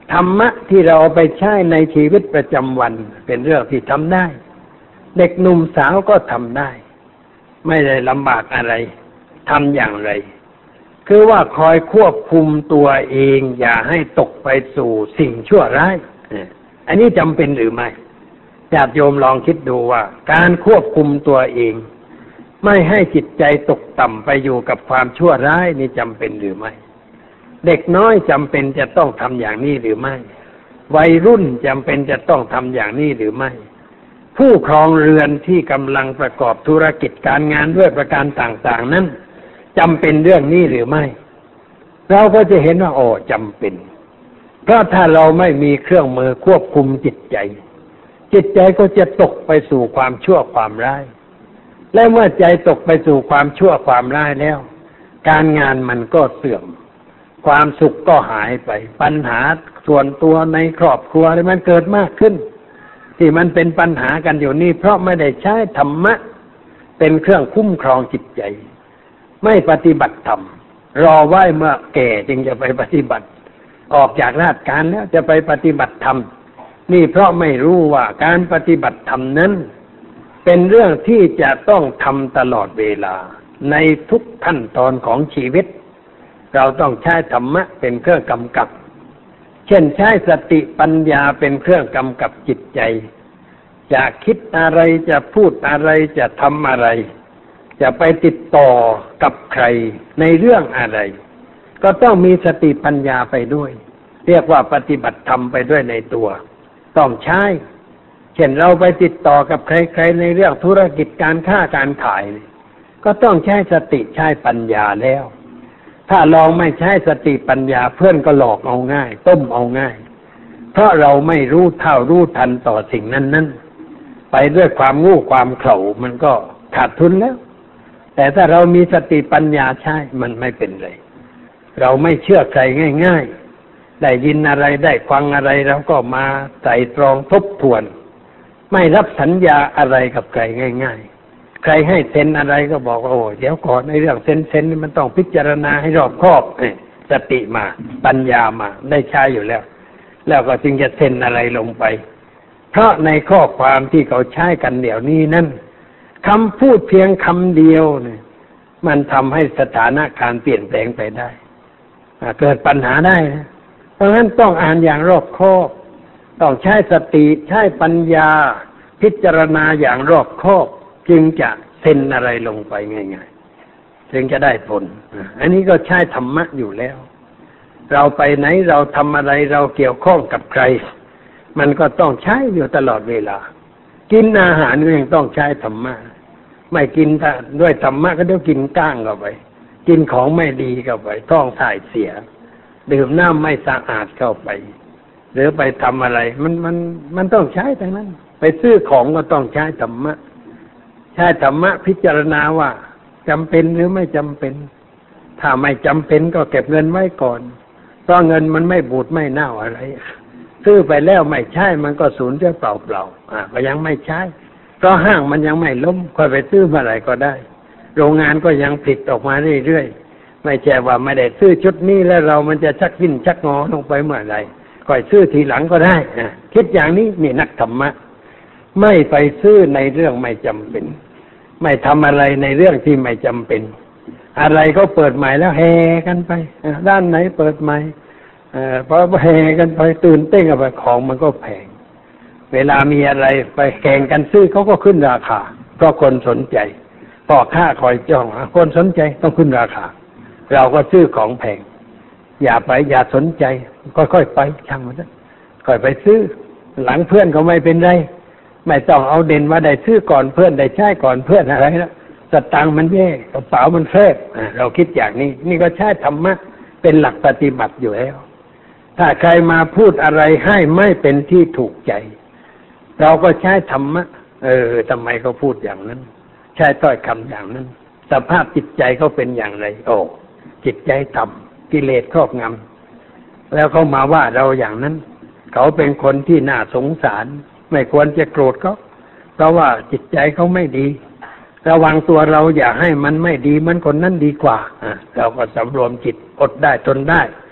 ธรรมะที่เราเอาไปใช้ในชีวิตประจำวันเป็นเรื่องที่ทำได้เด็กหนุ่มสาวก็ทำได้ไม่ได้ลำบากอะไรทำอย่างไรคือว่าคอยควบคุมตัวเองอย่าให้ตกไปสู่สิ่งชั่วร้ายอันนี้จำเป็นหรือไม่ญาติโยมลองคิดดูว่าการควบคุมตัวเองไม่ให้จิตใจตกต่ำไปอยู่กับความชั่วร้ายนี่จำเป็นหรือไม่เด็กน้อยจำเป็นจะต้องทำอย่างนี้หรือไม่วัยรุ่นจำเป็นจะต้องทำอย่างนี้หรือไม่ผู้ครองเรือนที่กำลังประกอบธุรกิจการงานด้วยประการต่างๆนั้นจำเป็นเรื่องนี้หรือไม่เราก็จะเห็นว่าโอ้จำเป็นเพราะถ้าเราไม่มีเครื่องมือควบคุมจิตใจจิตใจก็จะตกไปสู่ความชั่วความร้ายและเมื่อใจตกไปสู่ความชั่วความร้ายแล้วการงานมันก็เสื่อมความสุขก็หายไปปัญหาส่วนตัวในครอบครัวมันเกิดมากขึ้นที่มันเป็นปัญหากันอยู่นี่เพราะไม่ได้ใช้ธรรมะเป็นเครื่องคุ้มครองจิตใจไม่ปฏิบัติธรรมรอไว้เมื่อแก่จึงจะไปปฏิบัติออกจากราชการแล้วจะไปปฏิบัติธรรมนี่เพราะไม่รู้ว่าการปฏิบัติธรรมนั้นเป็นเรื่องที่จะต้องทำตลอดเวลาในทุกขั้นตอนของชีวิตเราต้องใช้ธรรมะเป็นเครื่องกำกับเช่นใช้สติปัญญาเป็นเครื่องกำกับจิตใจจะคิดอะไรจะพูดอะไรจะทำอะไรจะไปติดต่อกับใครในเรื่องอะไรก็ต้องมีสติปัญญาไปด้วยเรียกว่าปฏิบัติธรรมไปด้วยในตัวต้องใช้เช่นเราไปติดต่อกับใครๆในเรื่องธุรกิจการค้าการขายก็ต้องใช้สติใช้ปัญญาแล้วถ้าลองไม่ใช้สติปัญญาเพื่อนก็หลอกเอาง่ายต้มเอาง่ายเพราะเราไม่รู้เท่ารู้ทันต่อสิ่งนั้นๆไปด้วยความงูความเขลามันก็ขาดทุนแล้วแต่ถ้าเรามีสติปัญญาใช้มันไม่เป็นไรเราไม่เชื่อใครง่ายๆได้ยินอะไรได้ฟังอะไรเราก็มาไตร่ตรองทบทวนไม่รับสัญญาอะไรกับใครง่ายๆใครให้เซ็นอะไรก็บอกว่าโอ้เดี๋ยวก่อนในเรื่องเซ็นเซ็นนี่มันต้องพิจารณาให้รอบคอบสติมาปัญญามาได้ใช้อยู่แล้วแล้วก็จึงจะเซ็นอะไรลงไปเพราะในข้อความที่เขาใช้กันเดี๋ยวนี้นั้นคำพูดเพียงคำเดียวเนี่ยมันทำให้สถานการณ์เปลี่ยนแปลงไปได้เกิดปัญหาได้นะเพราะฉะนั้นต้องอ่านอย่างรอบคอบต้องใช้สติใช้ปัญญาพิจารณาอย่างรอบคอบจึงจะเซ็นอะไรลงไปง่ายๆจึงจะได้ผลอันนี้ก็ใช้ธรรมะอยู่แล้วเราไปไหนเราทำอะไรเราเกี่ยวข้องกับใครมันก็ต้องใช้อยู่ตลอดเวลากินอาหารก็ยังต้องใช้ธรรมะไม่กินด้วยธรรมะก็เดี๋ยวกินก้างเข้าไปกินของไม่ดีเข้าไปท้องถ่ายเสียดื่มน้ำไม่สะอาดเข้าไปหรือไปทำอะไรมันมันมันต้องใช้ทั้งนั้นไปซื้อของก็ต้องใช้ธรรมะใช้ธรรมะพิจารณาว่าจำเป็นหรือไม่จำเป็นถ้าไม่จำเป็นก็เก็บเงินไว้ก่อนเพราะเงินมันไม่บูดไม่เน่าอะไรซื้อไปแล้วไม่ใช้มันก็สูญเสียเปล่าๆอ่าก็ยังไม่ใช้เพราะห้างมันยังไม่ล้มค่อยไปซื้อเมื่อไหร่ก็ได้โรงงานก็ยังผลิตออกมาเรื่อยๆไม่ใช่ว่าไม่ได้ซื้อชุดนี้แล้วเรามันจะชักดิ้นชักงอลงไปเมื่อไหร่ค่อยซื้อทีหลังก็ได้อ่าคิดอย่างนี้นี่นักธรรมะไม่ไปซื้อในเรื่องไม่จำเป็นไม่ทำอะไรในเรื่องที่ไม่จำเป็นอะไรก็เปิดใหม่แล้วแห่กันไปด้านไหนเปิดใหม่พอแห่กันไปตื่นเต้นกับของมันก็แพงเวลามีอะไรไปแข่งกันซื้อเขาก็ขึ้นราคาเพราะคนสนใจพ่อค้าคอยจ้องคนสนใจต้องขึ้นราคาเราก็ซื้อของแพงอย่าไปอย่าสนใจค่อยๆไปช่างมันนะค่อยไปซื้อหลังเพื่อนก็ไม่เป็นไรไม่ต้องเอาเด่นว่าได้ซื้อก่อนเพื่อนได้ใช้ก่อนเพื่อนอะไรแล้วสตางค์มันแย่กระเป๋ามันแฟบเราคิดอย่างนี้นี่ก็ใช้ธรรมะเป็นหลักปฏิบัติอยู่แล้วถ้าใครมาพูดอะไรให้ไม่เป็นที่ถูกใจเราก็ใช้ธรรมะเออทำไมเขาพูดอย่างนั้นใช้ถ้อยคำอย่างนั้นสภาพจิตใจเขาเป็นอย่างไรโอ้จิตใจต่ำกิเลสครอบงำแล้วเขามาว่าเราอย่างนั้นเขาเป็นคนที่น่าสงสารไม่ควรจะโกรธเขาเพราะว่าจิตใจเขาไม่ดีระวังตัวเราอย่าให้มันไม่ดีมันคนนั้นดีกว่าอ่ะเราก็สำรวมจิตอดได้ทนได้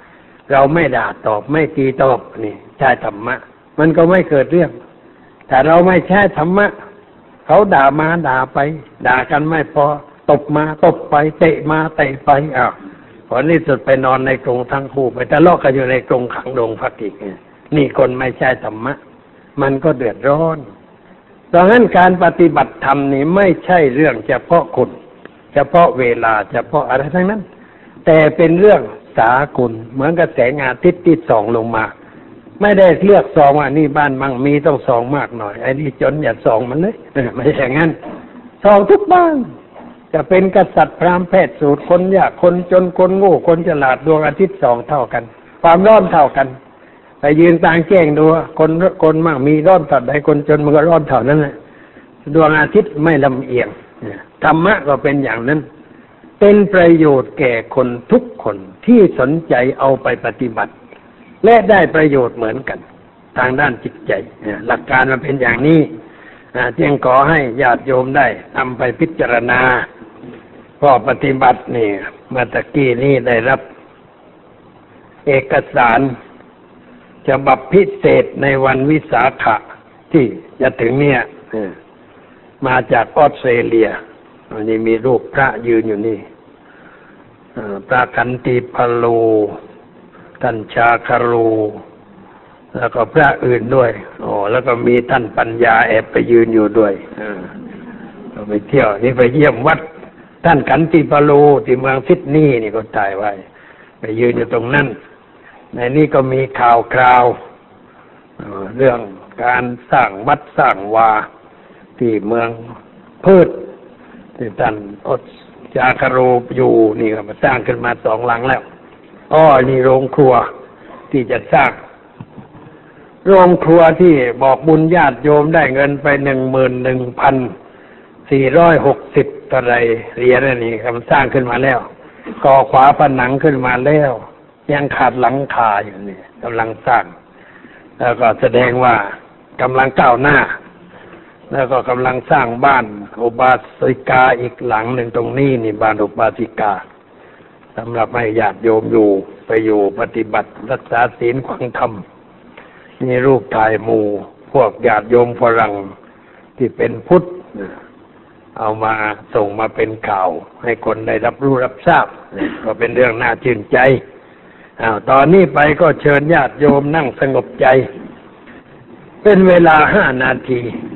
เราไม่ด่าตอบไม่ตีตอบนี่ใช้ธรรมะมันก็ไม่เกิดเรื่องแต่เราไม่ใช้ธรรมะเขาด่ามาด่าไปด่ากันไม่พอตบมาตบไปเตะมาเตะไปอ้าวผลที่สุดไปนอนในกรงทั้งคู่ไปทะเลาะกันอยู่ในกรงขังโรงพักอีกนี่คนไม่ใช่ธรรมะมันก็เดือดร้อนดังนั้นการปฏิบัติธรรมนี่ไม่ใช่เรื่องเฉพาะคนเฉพาะเวลาเฉพาะอะไรทั้งนั้นแต่เป็นเรื่องสากลเหมือนกับแสงอาทิตย์ที่ส่องลงมาไม่ได้เลือกส่องว่านี่บ้านมั่งมีต้องส่องมากหน่อยไอ้นี่จนอย่าส่องมันเลยไม่ใช่อย่างนั้นส่องทุกบ้านจะเป็นกษัตริย์พราหมณ์แพทย์สูตรคนยากคนจนคนโง่คนฉลาดดวงอาทิตย์ส่องเท่ากันความร้อนเท่ากันไปยืนกลางแจ้งดูคนคนมั่งมีร้อนเท่าใดคนจนมันก็ร้อนเท่านั้นแหละดวงอาทิตย์ไม่ลำเอียงธรรมะก็เป็นอย่างนั้นเป็นประโยชน์แก่คนทุกคนที่สนใจเอาไปปฏิบัติและได้ประโยชน์เหมือนกันทางด้านจิตใจหลักการมันเป็นอย่างนี้จึงขอให้ญาติโยมได้นำไปพิจารณาพอปฏิบัตินี่เมื่อตะกี้นี้ได้รับเอกสารฉบับพิเศษในวันวิสาขะที่จะถึงเนี่ยมาจากออสเตรเลียอันนี้มีรูปพระยืนอยู่นี่พระขันติพโลท่านชาคารูแล้วก็พระอื่นด้วยโอ้แล้วก็มีท่านปัญญาแอบไปยืนอยู่ด้วยเราไปเที่ยวนี่ไปเยี่ยมวัดท่านขันติพโลที่เมืองซิดนีย์นี่ก็ถ่ายไว้ไปยืนอยู่ตรงนั้นในนี้ก็มีข่าวคราวเรื่องการสร้างวัดสร้างวาที่เมืองพืชที่ท่านอดจาคารูอยู่นี่ก็มาสร้างขึ้นมาสองหลังแล้วอ้อนี่โรงครัวที่จะสร้างโรงครัวที่บอกบุญญาติโยมได้เงินไปหนึ่งหมื่นหนึ่งพันสี่ร้อยหกสิบเท่าไรเหรียญนี่กำลังสร้างขึ้นมาแล้วก่อขวาผนังขึ้นมาแล้วยังขาดหลังคาอยู่นี่กำลังสร้างแล้วก็แสดงว่ากำลังก้าวหน้าแล้วก็กำลังสร้างบ้านอุบาสิกาอีกหลังหนึ่งตรงนี้นี่บ้านอุบาสิกาสำหรับให้ญาติโยมอยู่ไปอยู่ปฏิบัติรักษาศีลฟังธรรมนี่รูปถ่ายหมู่พวกญาติโยมฝรั่งที่เป็นพุทธเอามาส่งมาเป็นข่าวให้คนได้รับรู้รับทราบก็เป็นเรื่องน่าชื่นใจอ้าวตอนนี้ไปก็เชิญญาติโยมนั่งสงบใจเป็นเวลาห้านาที